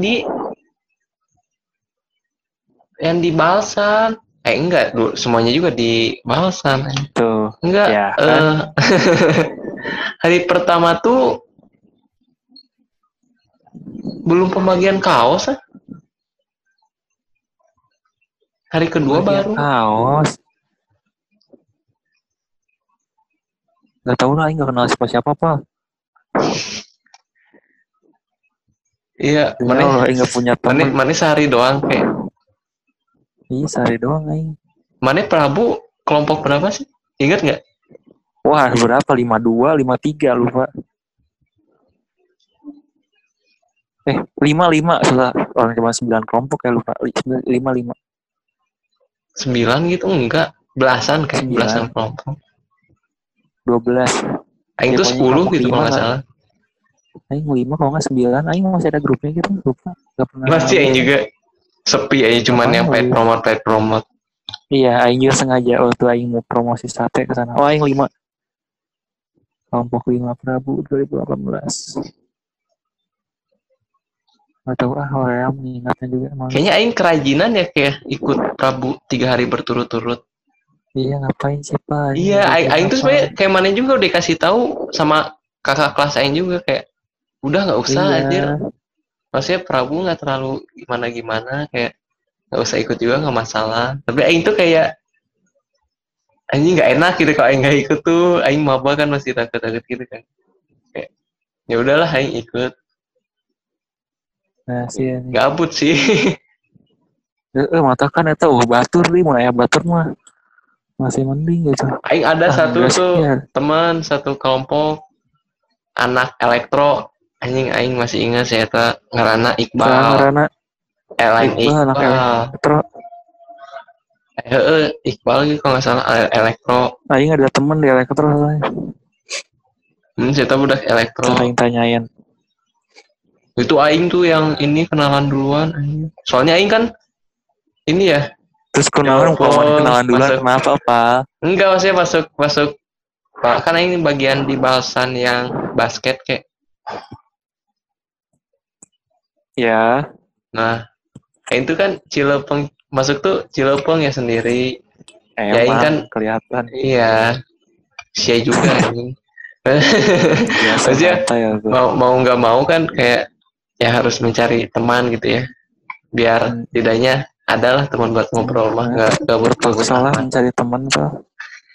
yang di Balsan. Enggak, semuanya juga di Balsan. Tuh. Enggak, Ya kan. hari pertama tuh belum pembagian kaos. Hari kedua Bagian baru. kaos. Gak tau lah, nggak kenal siapa-siapa Pak. Iya, Ya Allah, nggak punya temen. mana sehari doang kayak. Iya, sehari doang aing. Mana Prabu kelompok berapa sih? Ingat nggak? Wah, berapa? 52, 53 lupa. 55 salah. Orang cuma 9 kelompok ya lupa. 55. 9 gitu enggak? Belasan kayak 9, belasan kelompok. 12. Aing tuh 10 gitu kalau nggak salah. Aing 5 kalau nggak 9. Aing masih ada grupnya gitu, lupa. Gak pernah. Masih Aing juga sepi aja, cuman yang paid promote. Iya, Aing juga sengaja waktu Aing mau promosi sate ke sana. Oh, Aing 5. Kelompok 5 Prabu 2018. Gak tau orang mengingatnya juga. Kayaknya Aing kerajinan ya kayak ikut Prabu 3 hari berturut-turut. Iya, ngapain sih Pak? Iya, Aing tuh sebenarnya kayak mana juga udah kasih tahu sama kakak kelas Aing juga kayak udah nggak usah aja. Maksudnya Prabu nggak terlalu gimana kayak nggak usah ikut juga nggak masalah. Tapi Aing tuh kayak anjing nggak enak gitu kalau Aing nggak ikut tuh. Aing maba kan masih takut-takut gitu kan. Kayak ya udahlah Aing ikut. Nah, sih gabut sih. mata kan itu batur nih, mau nanya batur mah masih mending gitu. Aing ada satu tuh teman satu kelompok anak elektro, anjing Aing masih ingat saya tak ngerana Iqbal. Iqbal anak elektro. Iqbal gitu kalau nggak salah elektro. Aing ada temen di elektro. Saya budak elektro. Aing tanyain. Itu Aing tuh yang ini kenalan duluan. Soalnya Aing kan ini ya. Terus kenalan duluan kenapa Pak? Enggak, maksudnya masuk Pak, kan Aing bagian di Balsan yang basket kayak. Ya. Nah, Aing tuh kan Cilepeng masuk tuh Cilepeng ya sendiri. Ya Aing kan kelihatan. Iya. Sia juga anjing. Maksudnya mau nggak mau kan kayak ya harus mencari teman gitu ya, biar tidaknya adalah teman buat ngobrol mah nggak terpaksa lah mencari teman tuh.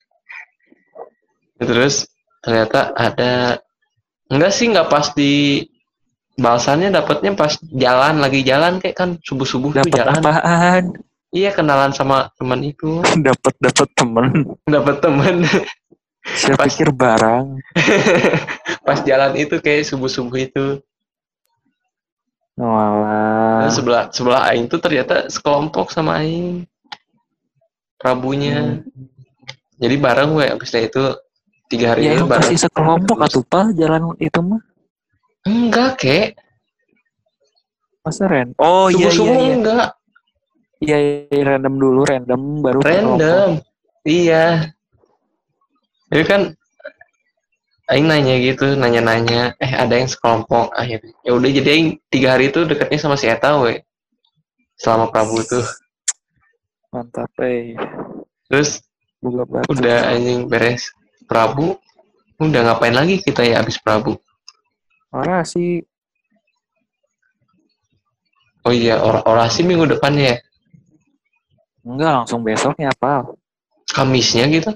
Terus ternyata ada nggak pas di Balsannya, dapatnya pas lagi jalan kayak kan subuh tuh jalan. Apaan? Iya, kenalan sama teman itu. dapat teman. Saya pikir barang. Pas jalan itu kayak subuh itu. Walah. Sebelah Aing tuh ternyata sekelompok sama Aing. Prabunya. Jadi bareng gue abis itu 3 hari ya, itu bareng. Masih sekelompok atau Pak jalan itu mah? Enggak, kek. Masa iya. Enggak. Iya, random dulu, baru random. Iya. Jadi kan aing nanya gitu, nanya-nanya, ada yang sekelompok akhirnya. Ya udah jadi aing 3 hari itu dekatnya sama si Eta we. Selama Prabu tuh. Mantap, Terus buka batu. udah anjing beres Prabu, udah ngapain lagi kita ya abis Prabu? Orasi. Oh iya, orasi minggu depannya ya. Enggak, langsung besoknya apa? Kamisnya gitu.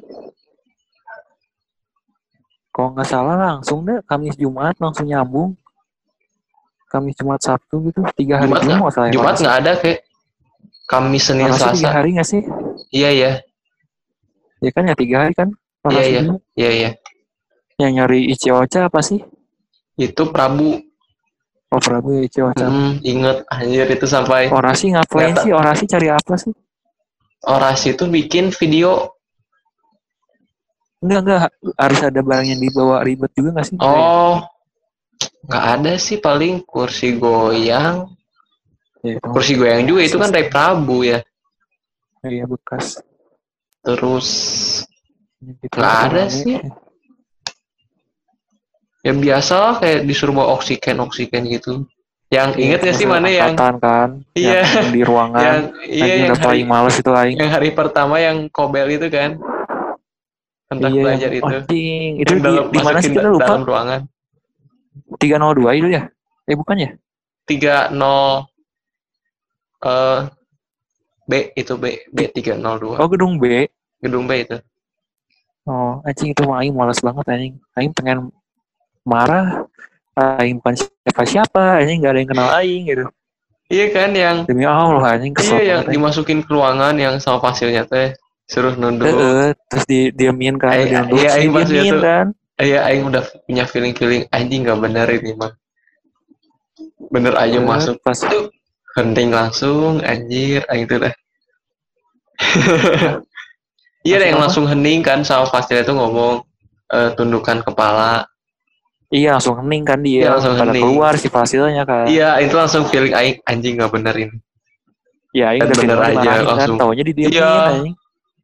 Kalau nggak salah langsung deh, Kamis Jumat langsung nyambung. Kamis Jumat Sabtu gitu, 3 hari Jumat juga nggak? nggak salah ya Jumat orasi. nggak ada kayak Kamis, Senin, Orasi Selasa. 3 hari nggak sih? Iya ya, Ya kan ya 3 hari kan iya orasi ya, juga. iya ya. Yang nyari Ichiocha apa sih? Itu Prabu. Oh Prabu ya Ichiocha. Inget anjir itu sampai Orasi ngapain nggak sih? Orasi cari apa sih? orasi itu bikin video. Enggak. Harus ada barang yang dibawa ribet juga nggak sih? Enggak ya? Oh, nggak ada sih, paling kursi goyang. Ya itu Kursi goyang juga itu biasa kan sih. dari Prabu ya. Iya bekas. Terus Ya, gitu nggak ada rame. sih. Ya biasa lah kayak disuruh bawa oksigen gitu. Yang Iya inget gak terus sih mana yang angkatan kan, yang iya di ruangan. yang iya Anjing yang udah paling males itu aing. hari pertama yang Kobel itu kan hendak Iya yang belajar itu anjing itu yang di mana masukin sih kita lupa? dalam ruangan 302 itu ya? Bukan ya? 30 eh B itu B 302 Oh gedung B. gedung B itu. Oh anjing itu mah aing males banget anjing. Aing pengen marah. Aing bukan siapa-siapa. Anjing gak ada yang kenal aing gitu. Iya kan yang Demi Allah anjing iya kesel yang banget aing. dimasukin ke ruangan yang sama pasilnya teh suruh nunduk. Terus diemin kan, Iya diunduk, saya aing pas diemin itu kan. iya aing udah punya feeling anjing gak bener ini mah bener aja masuk Pas tuh henting langsung anjir aing tuh dah. Hah, Iya ada masuk yang apa? langsung hening kan sama pasien itu ngomong tundukkan kepala. Iya langsung hening kan Iya dia. langsung Pada hening. keluar si fasilnya kan. Iya itu langsung feeling aing anjing nggak bener ini. Ya aing Dan udah bener feeling aja dimarahin kan. langsung. Taunya Iya. didiemin anjing.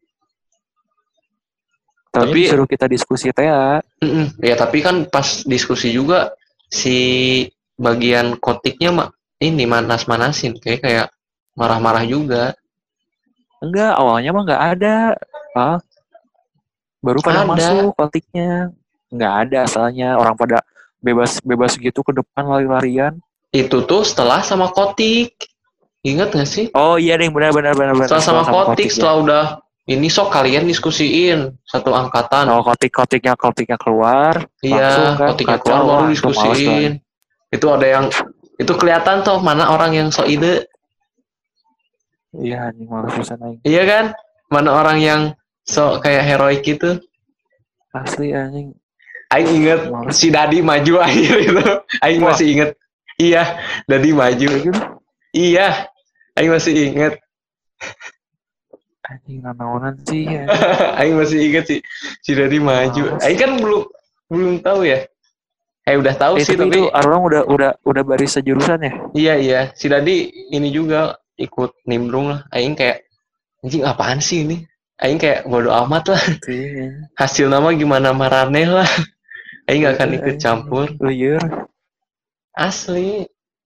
Taunya Tapi disuruh kita diskusi teh ya. ya tapi kan pas diskusi juga si bagian kotiknya mah ini manas-manasin kayak marah-marah juga. Enggak, awalnya mah enggak ada. Ah, baru pada Ada. masuk kotiknya. Enggak ada asalnya. Orang pada bebas-bebas gitu ke depan lari-larian. Itu tuh setelah sama kotik. Ingat gak sih? Oh iya deh, benar Setelah sama setelah sama kotik, kotik ya. setelah udah ini sok kalian diskusiin satu angkatan. Oh kotiknya keluar, Iya, langsung kan kotiknya keluar kacau. baru Wah itu males tuh diskusiin. aing. Itu ada yang itu kelihatan tuh mana orang yang so ide. Iya anjing males pisan aing. Iya kan? Mana orang yang so kayak heroik gitu. Asli anjing Aing inget males. si Dadi maju akhir itu. Aing Wah, masih inget. Iya, Dadi maju. kayak gitu. Iya, Aing masih inget. Anjing nanaonan sih anjing. Aing masih inget si Dadi maju. Males. Aing kan belum belum tahu ya. Udah tahu sih Tapi itu tapi orang udah baris sejurusan ya? iya si Dadi ini juga ikut nimbrung lah. Aing kayak anjing apaan sih ini? Aing kayak bodo amat lah. Ting. Hasil nama gimana marane lah. Aing gak akan ikut Anjing campur. liar. Asli.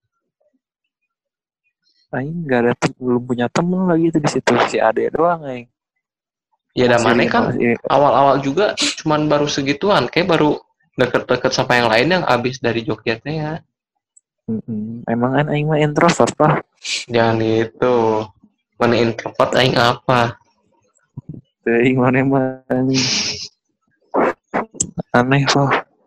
Aing nggak ada belum punya temen lagi itu di situ si Ade doang aing. Ya Sama si damane Rino kan si awal-awal juga cuman baru segituan. Kayak baru deket-deket sama yang lain yang abis dari Jogja teh ya. Emang kan aing mah introvert lah. Jangan itu. Mana introvert aing apa? Aing mana mah anjing aneh loh.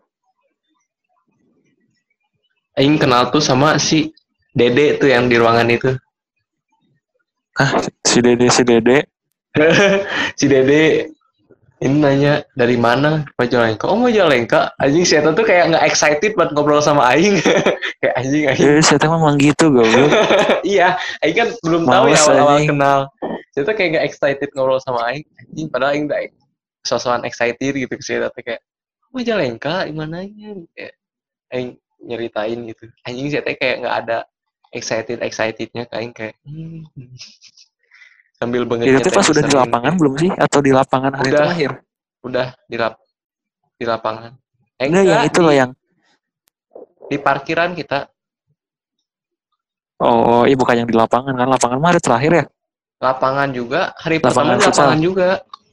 Aing kenal tuh sama si Dede tuh yang di ruangan itu. Ah si Dede. Si Dede ini nanya dari mana Majalengka. Oh Majalengka. Anjing si Eta tuh kayak nggak excited buat ngobrol sama Aing. Kayak anjing. Saya memang gitu goblok. Iya, Aing kan belum tahu ya Males awal-awal anjing. kenal. Saya tuh kayak nggak excited ngobrol sama Aing. Anjing padahal Aing udah sosokan excited gitu sih. Tapi kayak Majalengka gimana ya? Kayak Aing nyeritain gitu. Anjing sih kayak nggak ada excitednya ke Aing kayak sambil Itu bangetnya tuh pas udah di lapangan belum sih? Atau di lapangan hari Udah. terakhir? Udah di lapangan. Enggak, yang itu loh yang di parkiran kita. Oh, iya bukan yang di lapangan kan? Lapangan mah hari terakhir ya? Lapangan juga, hari pertama Lapangan di futsal. lapangan juga.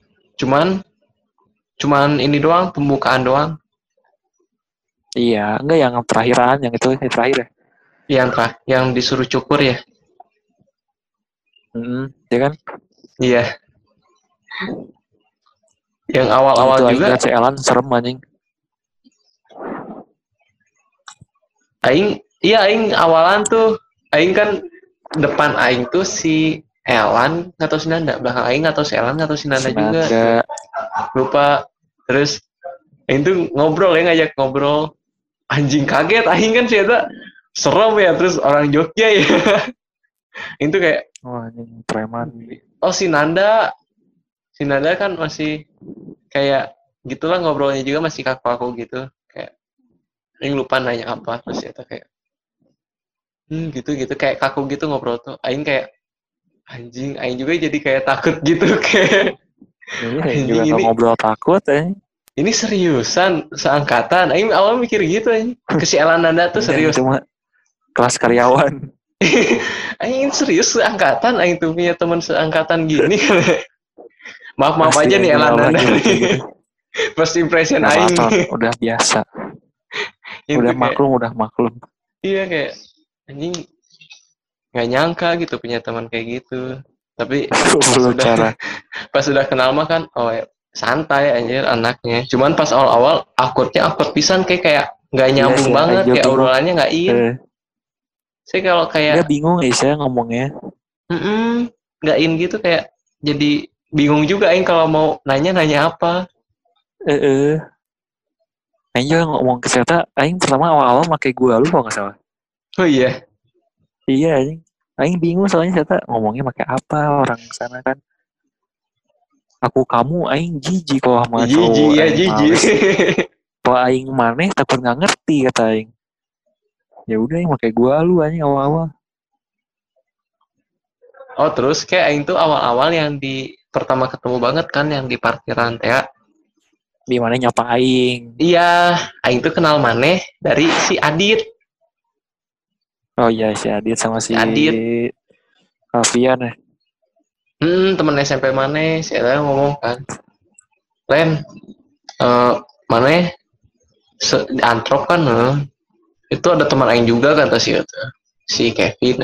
Cuman ini doang, pembukaan doang. Iya, enggak yang terakhiran, yang itu yang terakhir ya? Yang disuruh cukur ya. Ya kan? Iya. Yang Yang awal-awal itu juga. si Elan serem anjing. Aing awalan tuh, Aing kan depan Aing tuh si Elan atau si Nanda, belakang Aing atau si Elan atau si Nanda juga. Lupa. Terus Aing tuh ngobrol ya, ngajak ngobrol. Anjing kaget, Aing kan sih serem ya, terus orang Jogja ya. Itu kayak, wah anjing preman. oh si Nanda kan masih kayak gitulah ngobrolnya juga masih kaku-kaku gitu. Kayak Aing lupa nanya apa, terus ya kayak gitu kayak kaku gitu ngobrol tuh. Aing kayak anjing, Aing juga jadi kayak takut gitu kayak Iya, juga anjing nggak ngobrol takut ini seriusan seangkatan. Aing awal mikir gitu anjing. Kesialan Nanda tuh serius. Itu mah kelas karyawan. Aing serius seangkatan, Aing tuh punya teman seangkatan gini. Maaf Pasti aja nih Elan Allah Nanda. gitu. First impression Gak Aing. apa-apa, udah biasa. Udah maklum. Iya kayak anjing nggak nyangka gitu punya teman kayak gitu. Tapi pas sudah kenal mah kan, oh ya, santai anjir anaknya. Cuman pas awal-awal awkward pisan kayak nggak nyambung banget, kayak obrolannya nggak Saya kalau kayak nggak bingung saya ngomongnya. Nggak gitu kayak jadi bingung juga Aing kalau mau nanya apa. Aing juga ngomong ke Seta, Aing pertama awal-awal pakai gua lu kalau nggak salah. Oh iya. Iya Aing bingung soalnya Seta ngomongnya pakai apa orang sana kan. Kamu Aing jijik kalau sama cowok Aing males. Kalau Aing maneh takut nggak ngerti kata Aing. Ya udah Aing pakai gua lu Aing awal-awal. Oh terus kayak Aing tuh awal-awal yang di pertama ketemu banget kan yang di parkiran ya. Di mana nyapa Aing? Iya, Aing tuh kenal maneh dari si Adit. Oh iya si Adit sama si Adit. Alfian ya. Temen SMP maneh, si Adit ngomong kan. Len, maneh antrop kan itu ada teman Aing juga kata si Kevin.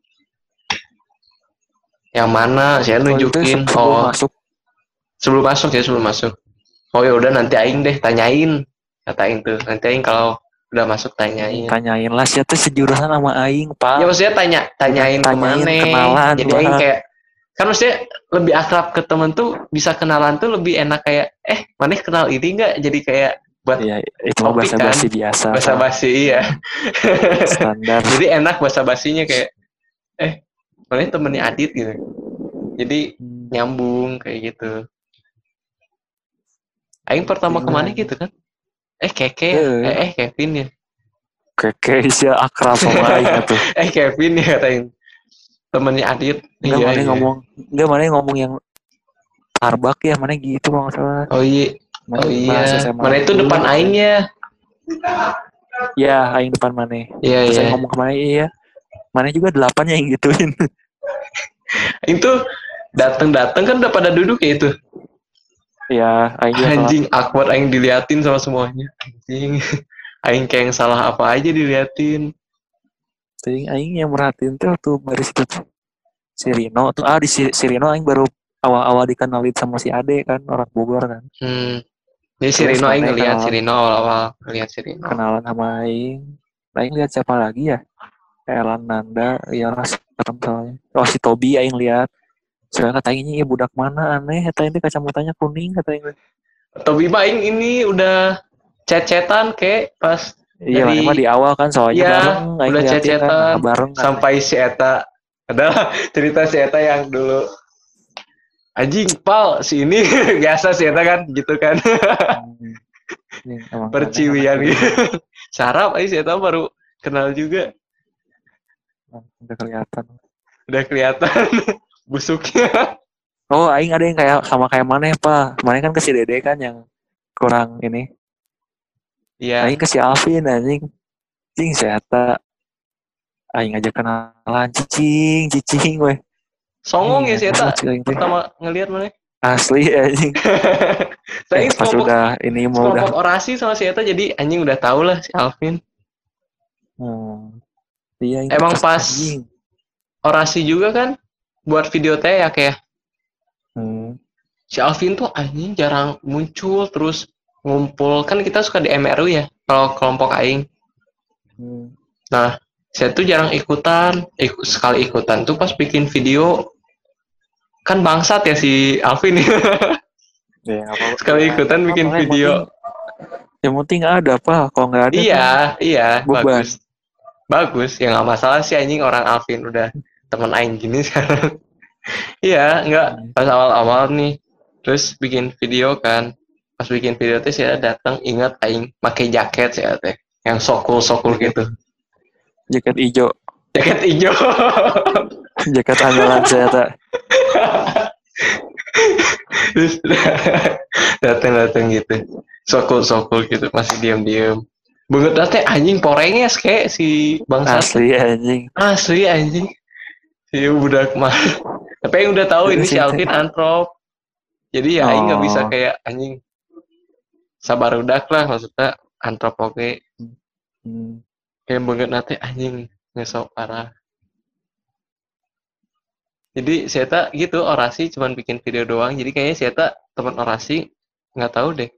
Yang mana saya nunjukin sebelum masuk oh ya udah nanti Aing deh tanyain kata Aing tuh nanti Aing kalau udah masuk tanyain lah siapa sejurusan sama Aing Pak ya maksudnya tanyain kemana kenalan jadi Aing kayak kan maksudnya lebih akrab ke temen tuh bisa kenalan tuh lebih enak kayak maneh kenal ini nggak jadi kayak buat ya, itu topik bahasa basi biasa bahasa basi iya standar jadi enak bahasa basinya kayak maneh temennya Adit gitu jadi nyambung kayak gitu. Aing pertama kemana gitu kan? Kevin ya. Keke sih akrab sama Aing tuh. Kevin ya katain temennya Adit. Enggak mana ngomong yang Tarbak ya mana gitu kalau nggak salah. Oh iya. Mana itu depan Aing ya? Ya Aing depan mana? Iya. Saya ngomong kemana iya. Mana juga 8 yang gituin. Itu datang kan udah pada duduk ya itu. Ya, anjing awkward Aing diliatin sama semuanya. Anjing. Aing kayak yang salah apa aja diliatin. Jadi Aing yang merhatiin tuh waktu baris itu tuh. Si Rino tuh di si Rino Aing baru awal-awal dikenalin sama si Ade kan orang Bogor kan. Jadi si Rino Aing ngeliat si Rino awal-awal ngeliat si Rino. Kenalan sama Aing. Aing lihat siapa lagi ya? Elan Nanda, ya lah ketemu soalnya. Oh si Tobi Aing lihat. Soalnya katanya budak mana aneh, katanya kacamatanya kuning katanya. Tobi Aing ini udah chat-chatan kayak pas iya mah di awal kan soalnya bareng Aing udah chat-chatan kan, bareng sampai si Eta adalah cerita si Eta yang dulu anjing pal si ini biasa si Eta kan gitu kan perciwian gitu sarap si Eta baru kenal juga udah kelihatan busuknya. Oh, aing ada yang kayak sama kayak mana ya, Pak? Mana kan ke si Dede kan yang kurang ini. Iya. Aing ke si Alvin anjing. Cing saya tak aing aja kenalan cicing weh. Songong ya Iya, sih mau eta cing teh. pertama ngelihat mana. Asli anjing. Saya Pas udah ini mau udah sekelompok orasi sama si eta jadi anjing udah tahu lah si Alvin. iya itu Emang pas anjing. orasi juga kan buat video teh ya kayak Hmm. si Alvin tuh anjing jarang muncul terus ngumpul kan kita suka di MRU ya kalau kelompok aing. Nah, saya tuh jarang ikutan, sekali ikutan tuh pas bikin video kan bangsat ya si Alvin ya. Ya nggak apa-apa. Sekali Ya nggak ikutan apa-apa bikin lah. video. Yang penting ada apa? Kalau nggak ada kan Iya, beban. bagus ya nggak masalah sih anjing orang Alvin udah temen aing gini sekarang. Iya, nggak pas awal-awal nih terus bikin video kan pas bikin video teh saya datang ingat aing pakai jaket saya teh yang sokul Jaket, gitu. jaket hijau. Jaket hijau. Jaket andalan saya tak. Terus datang gitu sokul gitu masih diam banget teh anjing porengnya kayak si bangsat Asli anjing. asli anjing si budak mah tapi yang udah tahu ini Terus si itu. Alvin antrop jadi ya aing nggak bisa kayak anjing sabar udak lah maksudnya antrop oke kayak banget nanti anjing ngesok parah. Jadi saya tak gitu orasi cuman bikin video doang. Jadi kayaknya saya tak teman orasi nggak tahu deh.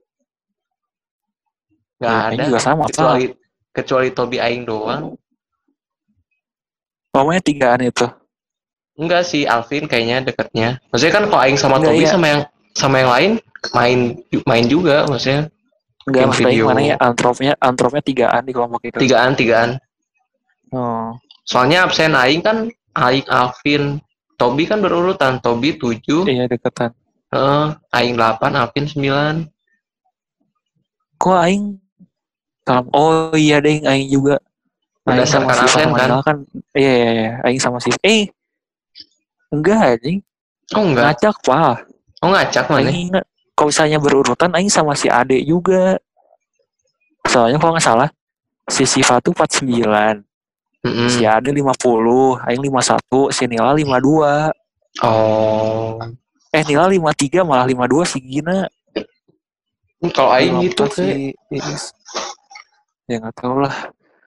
Nggak Ya, ada ini juga sama apa? kecuali Tobi Aing doang. Pokoknya tigaan itu. Enggak sih Alvin kayaknya deketnya. Maksudnya kan kalau Aing sama Enggak Tobi ya. sama yang lain main juga maksudnya Enggak bikin maksudnya video mana ya antropnya tigaan di kelompok itu. tigaan. Oh. Soalnya absen Aing kan Aing Alvin Tobi kan berurutan Tobi 7 Iya deketan. Aing 8 Alvin 9. Kok aing oh iya deh aing juga. Aing sama Berdasarkan Siva absen sama kan? Nila kan iya aing sama Siva enggak anjing Oh enggak. ngacak pak Oh ngacak mana? aing ingat kalau misalnya berurutan aing sama si Ade juga soalnya kalau nggak salah si Siva tuh 49 si Ade 50 aing 51 si Nila 52 Oh. Nila 53 malah 52 si Gina Kalau Aing gitu 54 si Iis ya nggak tahu lah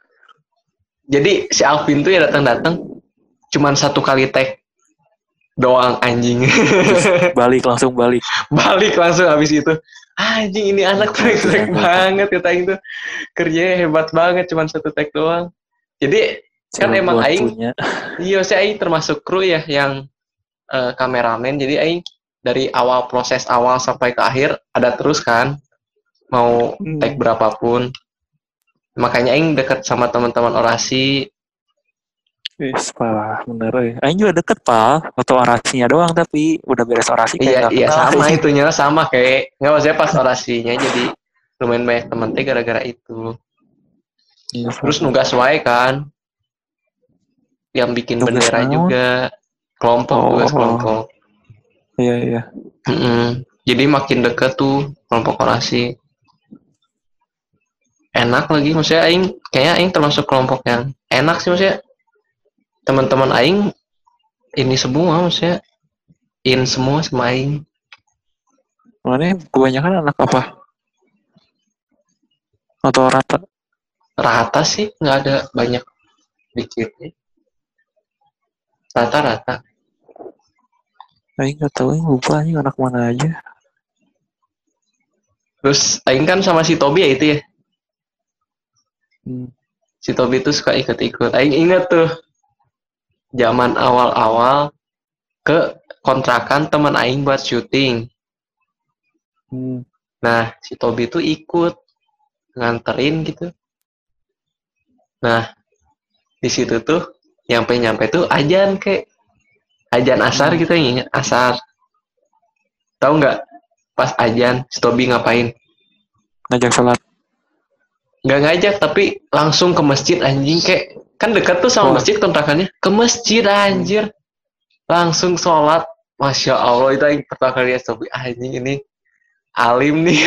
jadi si Alvin tuh ya datang cuman satu kali tag doang anjing. langsung balik Balik langsung habis itu. Anjing ini anak tag banget kata Aing tuh. Kerjanya hebat banget cuman satu tag doang. Jadi kan emang Aing iya sih Aing termasuk kru ya yang kameramen jadi Aing dari proses awal sampai ke akhir ada terus kan mau tag berapapun makanya Aing deket sama teman-teman orasi. Parah bener ya. Aing juga deket pal waktu orasinya doang tapi udah beres orasi kayak iya kenal sama itunya sama kayak nggak maksudnya pas orasinya jadi lumayan banyak temen teh gara-gara itu terus nugas wae kan yang bikin nugas bendera juga kelompok tugas kelompok iya jadi makin deket tuh kelompok orasi enak lagi maksudnya Aing kayaknya Aing termasuk kelompok yang enak sih maksudnya teman-teman Aing ini semua maksudnya semua sama Aing. Mana kebanyakan anak apa? Atau rata? Rata sih nggak ada banyak dikit. Rata-rata. Aing nggak tahu, Aing lupa Aing anak mana aja. Terus Aing kan sama si Tobi ya itu ya. Si Tobi tuh suka ikut-ikut. Aing inget tuh zaman awal-awal ke kontrakan teman Aing buat syuting. Nah si Tobi tuh ikut nganterin gitu. Nah di situ tuh nyampe tuh ajan kayak ajan asar gitu ya asar. Tahu nggak pas ajan si Tobi ngapain? Ngajak sholat. Nggak ngajak tapi langsung ke masjid anjing kayak kan dekat tuh sama masjid kontrakannya ke masjid anjir langsung sholat. Masya Allah, itu yang pertama kali lihat Tobi, anjing ini alim nih.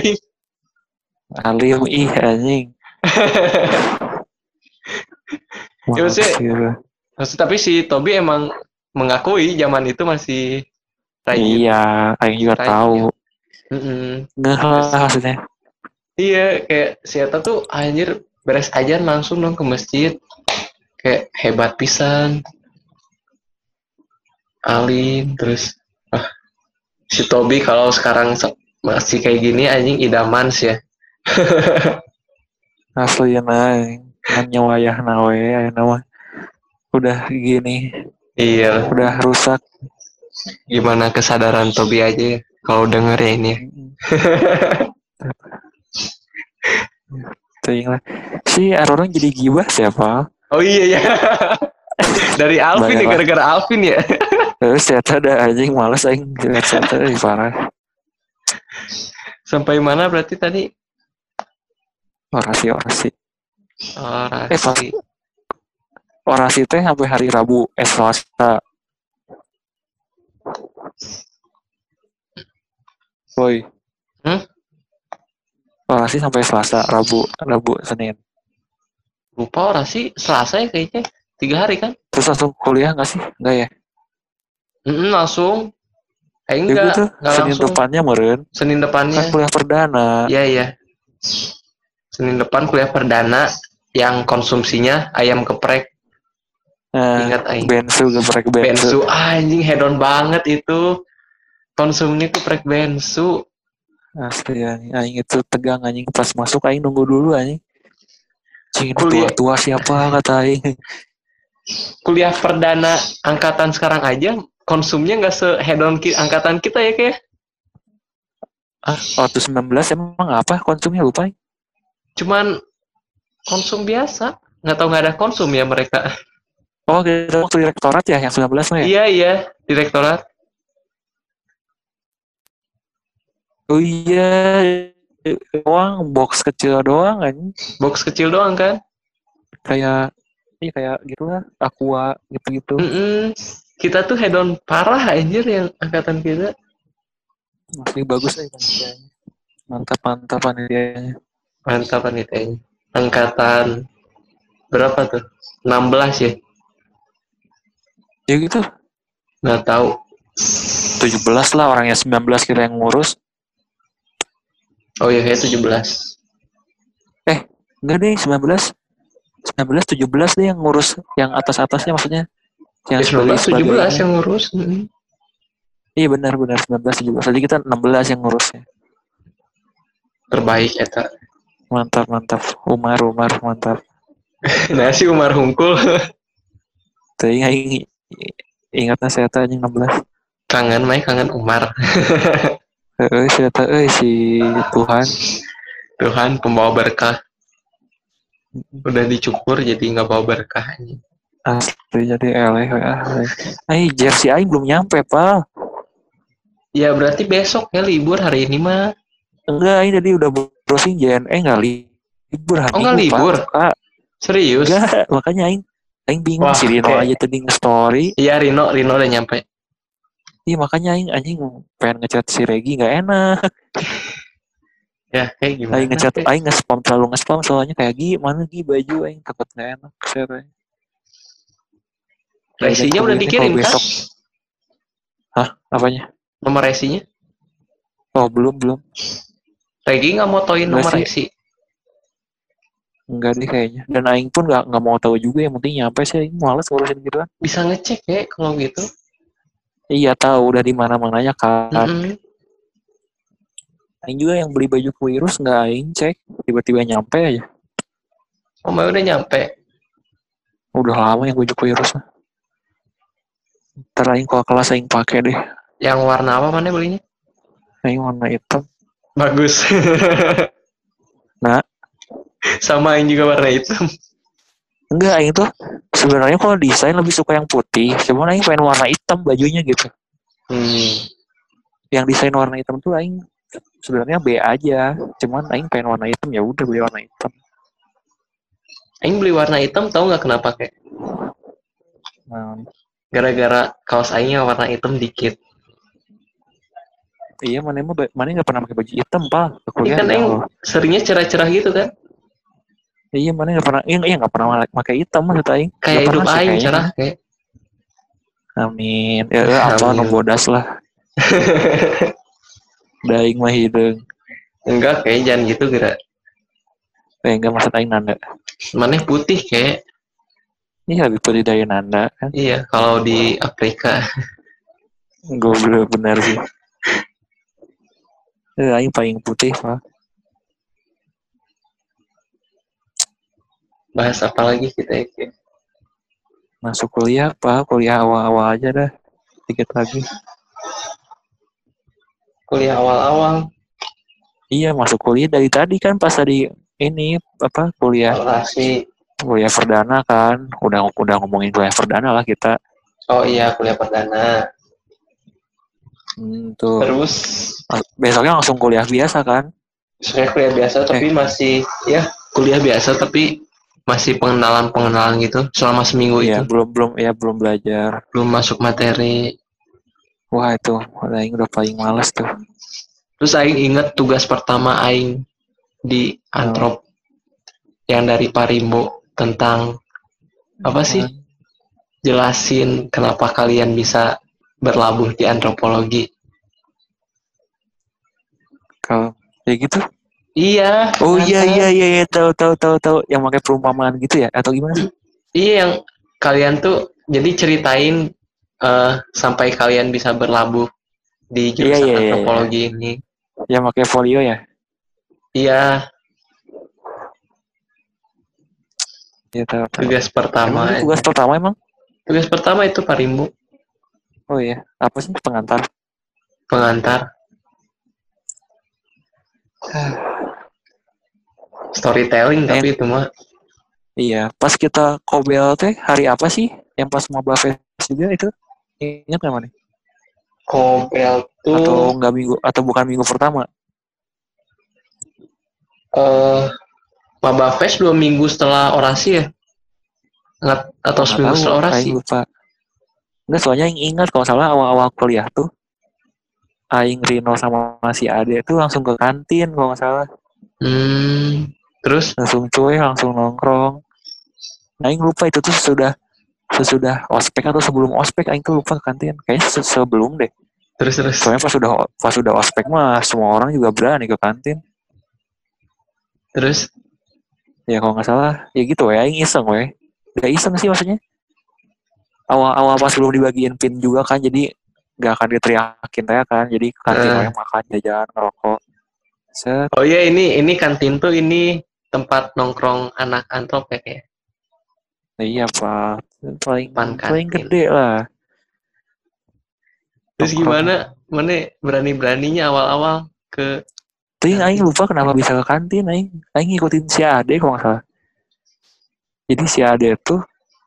Alim ih anjing. Ya, Maksudnya. tapi si Tobi emang mengakui zaman itu masih rajin. Iya, Aing juga Rajin. tahu. Nggak lah maksudnya. Iya, kayak si Eta tuh anjir beres ajan langsung dong ke masjid. Kayak hebat pisan. Alim, terus si Tobi kalau sekarang masih kayak gini anjing idaman sih ya. Asli Aing. Nanya wayah nawe, nama udah gini, Iya, udah rusak. gimana kesadaran Tobi aja ya kalau denger ya ini. Teringat si orang jadi gibah siapa? Oh iya ya. Dari Alvin ya, gara-gara Alvin ya. Terus ternyata ada anjing males aing ternyata parah. Sampai mana berarti tadi? Orasi. Orasi. Orasi teh sampai hari Rabu, Selasa. Boy. Orasi sampai Selasa, Rabu, Senin. Lupa orasi Selasa ya kayaknya. 3 hari kan? Terus langsung kuliah nggak sih? Nggak ya? Langsung. Enggak Senin langsung. Depannya meren. Senin depannya. Kan kuliah perdana. Iya. Senin depan kuliah perdana yang konsumsinya ayam geprek. Ingat aing. Geprek bensu. Anjing hedon banget itu. Konsumnya geprek bensu. Asli anjing itu tegang anjing pas masuk aing nunggu dulu anjing. Cing tua siapa kata aing. Kuliah perdana angkatan sekarang aja konsumnya nggak sehedon angkatan kita ya kayak. Waktu 19 emang apa konsumnya lupa? Cuman konsum biasa, nggak tahu nggak ada konsum ya mereka. Oh kita waktu direktorat ya yang 19 mah ya? Iya direktorat. Oh iya doang box kecil doang kan? Box kecil doang kan? Kayak gitulah aqua gitu. Kita tuh hedon parah anjir yang angkatan kita. Masih bagus panitianya. Mantap panitianya. Mantap panitianya. Angkatan berapa tuh? 16 ya? Ya gitu. Nggak tahu. 17 lah orangnya 19 kita yang ngurus. Oh iya kayak 17. Enggak deh 19 17 deh yang ngurus yang atas-atasnya maksudnya. Yang 19 17 yang ngurus. Iya benar 19 17. Jadi kita 16 yang ngurusnya. Terbaik eta. Mantap. Umar mantap. Nah si Umar Hungkul. Tadi ingatnya saya tanya 16. Kangen Umar. Si Tuhan pembawa berkah. Udah dicukur jadi nggak bawa berkah. Asli jadi eleh. Jersey aing belum nyampe pak. Ya berarti besok ya libur, hari ini mah. Enggak, ini tadi udah browsing JNE nggak libur hari ini. Oh nggak libur? Pak. Serius? Enggak, makanya aing bingung. Si Rino aja tadi nge-story. Iya Rino udah nyampe. Iya makanya anjing pengen ngechat si Regi nggak enak. Ya kayak gimana? Aing nge-spam terlalu nge-spam soalnya kayak mana baju aing takut nggak enak. Resinya udah dikirim kan? Hah? Apanya? Nomor resinya? Oh belum. Regi nggak mau tauin nomor resi? Enggak deh kayaknya. Dan aing pun nggak mau tahu juga, yang penting nyampe sih. Aing malas ngurusin gitu kan. Bisa ngecek ya kalau gitu. Iya tahu udah di mana-mananya kan. Aing juga yang beli baju virus nggak aing cek, tiba-tiba nyampe aja. Oh udah nyampe? Udah lama yang baju virus mah. Ntar aing kalau kelas aing pakai deh. Yang warna apa mana belinya? Aing warna hitam. Bagus. Nah. Sama aing juga warna hitam. Enggak, aing tuh sebenarnya kalau desain lebih suka yang putih. Cuman aing pengen warna hitam bajunya gitu. Yang desain warna hitam tuh aing sebenarnya B aja. Cuman aing pengen warna hitam, ya udah beli warna hitam. Aing beli warna hitam tahu nggak kenapa kayak? Gara-gara kaos aingnya warna hitam dikit. Iya, mana nggak pernah pakai baju hitam, Pak, ke Ini kuliah kan ya aing Allah. seringnya cerah-cerah gitu kan. Iya, mana nggak pernah, iya nggak pernah pakai hitam maksud aing. Kayak Nggak hidup pernah sih aing kayaknya. cerah kayak. Amin. Ya apa nu Amin. bodas lah. Daing mah hideung. Enggak kayak jangan gitu gerak. Enggak maksud aing nanda. Maneh putih kayak. Iya lebih putih dari nanda kan. Iya, kalau di Afrika. Gue benar sih. Aing paling putih mah. Bahas apa lagi kita ya? Masuk kuliah Pak, kuliah awal-awal aja dah. Dikit lagi. Kuliah awal-awal. Iya masuk kuliah dari tadi kan pas tadi ini apa kuliah Relasi. perdana kan. Udah ngomongin kuliah perdana lah kita. Oh iya, kuliah perdana. Tuh. Terus Besoknya langsung kuliah biasa kan? saya kuliah biasa tapi masih ya kuliah biasa tapi masih pengenalan gitu selama seminggu Iya itu. belum belajar. Belum masuk materi. Wah itu, aing udah paling males tuh. Terus aing inget tugas pertama aing di Antrop yang dari Parimbo tentang apa sih? Jelasin kenapa kalian bisa berlabuh di antropologi. Kalau kayak gitu? Iya. Oh iya tahu yang pakai perumpamaan gitu ya atau gimana sih? Iya yang kalian tuh jadi ceritain sampai kalian bisa berlabuh di jurusan Iya. antropologi ini. Yang pakai folio ya? Iya. Iya tahu. Tugas pertama. Emang itu tugas pertama emang? Tugas pertama itu Parimbo. Oh iya, apa sih pengantar? Pengantar. Storytelling tapi itu mah. Iya, pas kita kobel teh hari apa sih? Yang pas mau Fest juga itu? Ingat nggak nih? Kobel tuh Atau nggak minggu atau bukan minggu pertama? Maba Fest 2 minggu setelah orasi ya? Nggak, atau Nggak seminggu tahu, setelah orasi? Aing lupa. Nggak, soalnya yang ingat kalau salah awal-awal kuliah tuh Aing Rino sama si Ade tuh langsung ke kantin kalau nggak salah. Terus? Langsung cuy, langsung nongkrong. Aing lupa itu tuh sesudah ospek atau sebelum ospek Aing tuh lupa ke kantin. Kayaknya sebelum deh. Terus. Soalnya pas sudah ospek mah semua orang juga berani ke kantin. Terus? Ya kalau nggak salah ya gitu ya, Aing iseng weh. Gak iseng sih maksudnya. Awal-awal pas belum dibagiin pin juga kan, jadi gak akan diteriakin ya kan. Jadi kantin weh makan, jajan, ngerokok. Set. Oh iya ini kantin tuh ini tempat nongkrong anak antrop ya kayak. Iya pak, paling Kantin. gede lah. Terus gimana? Mana berani-beraninya awal-awal ke Tapi Aing lupa kenapa bisa ke kantin. Aing ngikutin si Ade kalau nggak salah. Jadi si Ade tuh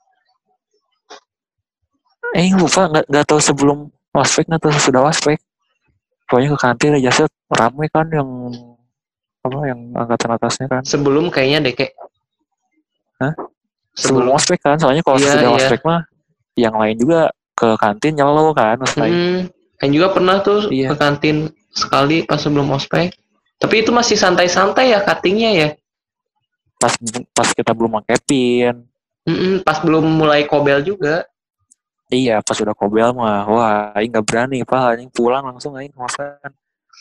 Aing lupa nggak tahu sebelum ospek atau sudah ospek. Pokoknya ke kantin aja set ramai kan yang apa yang angkatan atasnya kan. Sebelum kayaknya deh kayak. Hah? Sebelum ospek kan, soalnya kalau sudah ospek mah yang lain juga ke kantin nyelo kan. Kan juga pernah tuh ke kantin sekali pas sebelum ospek. Tapi itu masih santai-santai ya cuttingnya ya. Pas kita belum pakai pin. Pas belum mulai kobel juga. Iya, pas udah kobel mah, wah, Aing nggak berani, Pak. Aing pulang langsung Aing ngosan.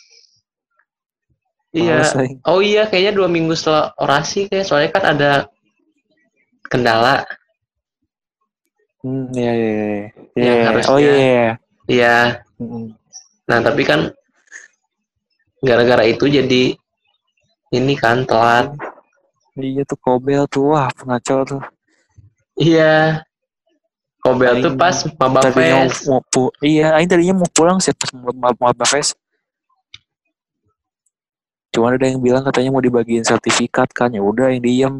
Iya. Oh iya, kayaknya 2 minggu setelah orasi kayak soalnya kan ada kendala. Iya. Yang harusnya. Oh iya. Iya. Nah tapi kan gara-gara itu jadi ini kan telat. Iya tuh kobel tuh, wah pengacau tuh. Iya. Kobel tuh pas Maba Fest. Aing tadinya mau pulang sih pas Maba Fest. Cuma ada yang bilang katanya mau dibagiin sertifikat kan, ya udah yang diem.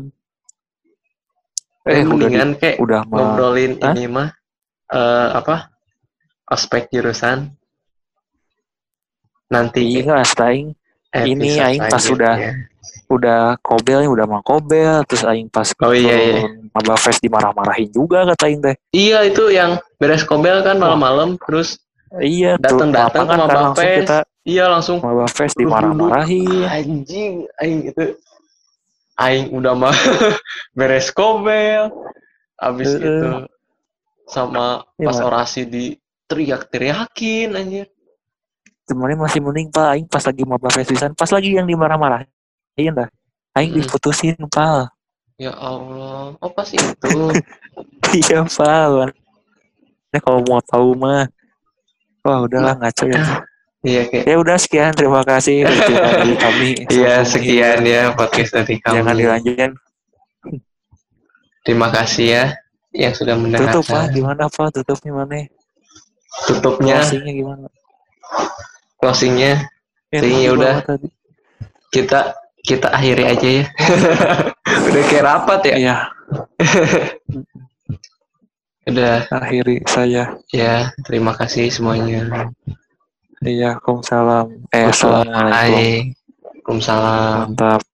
Mendingan kayak udah ngobrolin ini mah apa ospek jurusan nanti iya Aing ini Aing pas sudah udah kobel, udah mah kobel, terus aing pas iya. Maba Fest dimarah-marahin juga kata aing teh. Iya itu yang beres kobel kan malam-malam terus Iya tuh datang ke lapangan kan langsung Mabafest. kita Iya langsung Maba Fest duduk dimarah-marahin. anjing aing itu aing udah mah beres kobel abis itu sama pas Ya, orasi di teriak-teriakin anjir. sebenarnya masih mending Pak aing pas lagi Maba Fest pisan, pas lagi yang dimarah-marahin dah. Aing diputusin Pak. Ya Allah, oh pas itu. Iya Pak. Nah, kalau mau tahu mah, wah udahlah ngaco ya. Iya kayak. Ya udah sekian, terima kasih cerita dari kami. Iya Semoga menghibur. sekian ya podcast dari Jangan kami. dilanjutin. Terima kasih ya yang sudah Tutup Pak, mendengarkan. gimana Pak? Tutupnya mana? Tutupnya, Closingnya gimana? closingnya, Tadi ya udah bawa tadi. kita akhiri aja ya. Udah kayak rapat ya. Iya. Udah. Akhiri saya. Ya, terima kasih semuanya. Iya, Assalamualaikum. Waalaikumsalam. Mantap.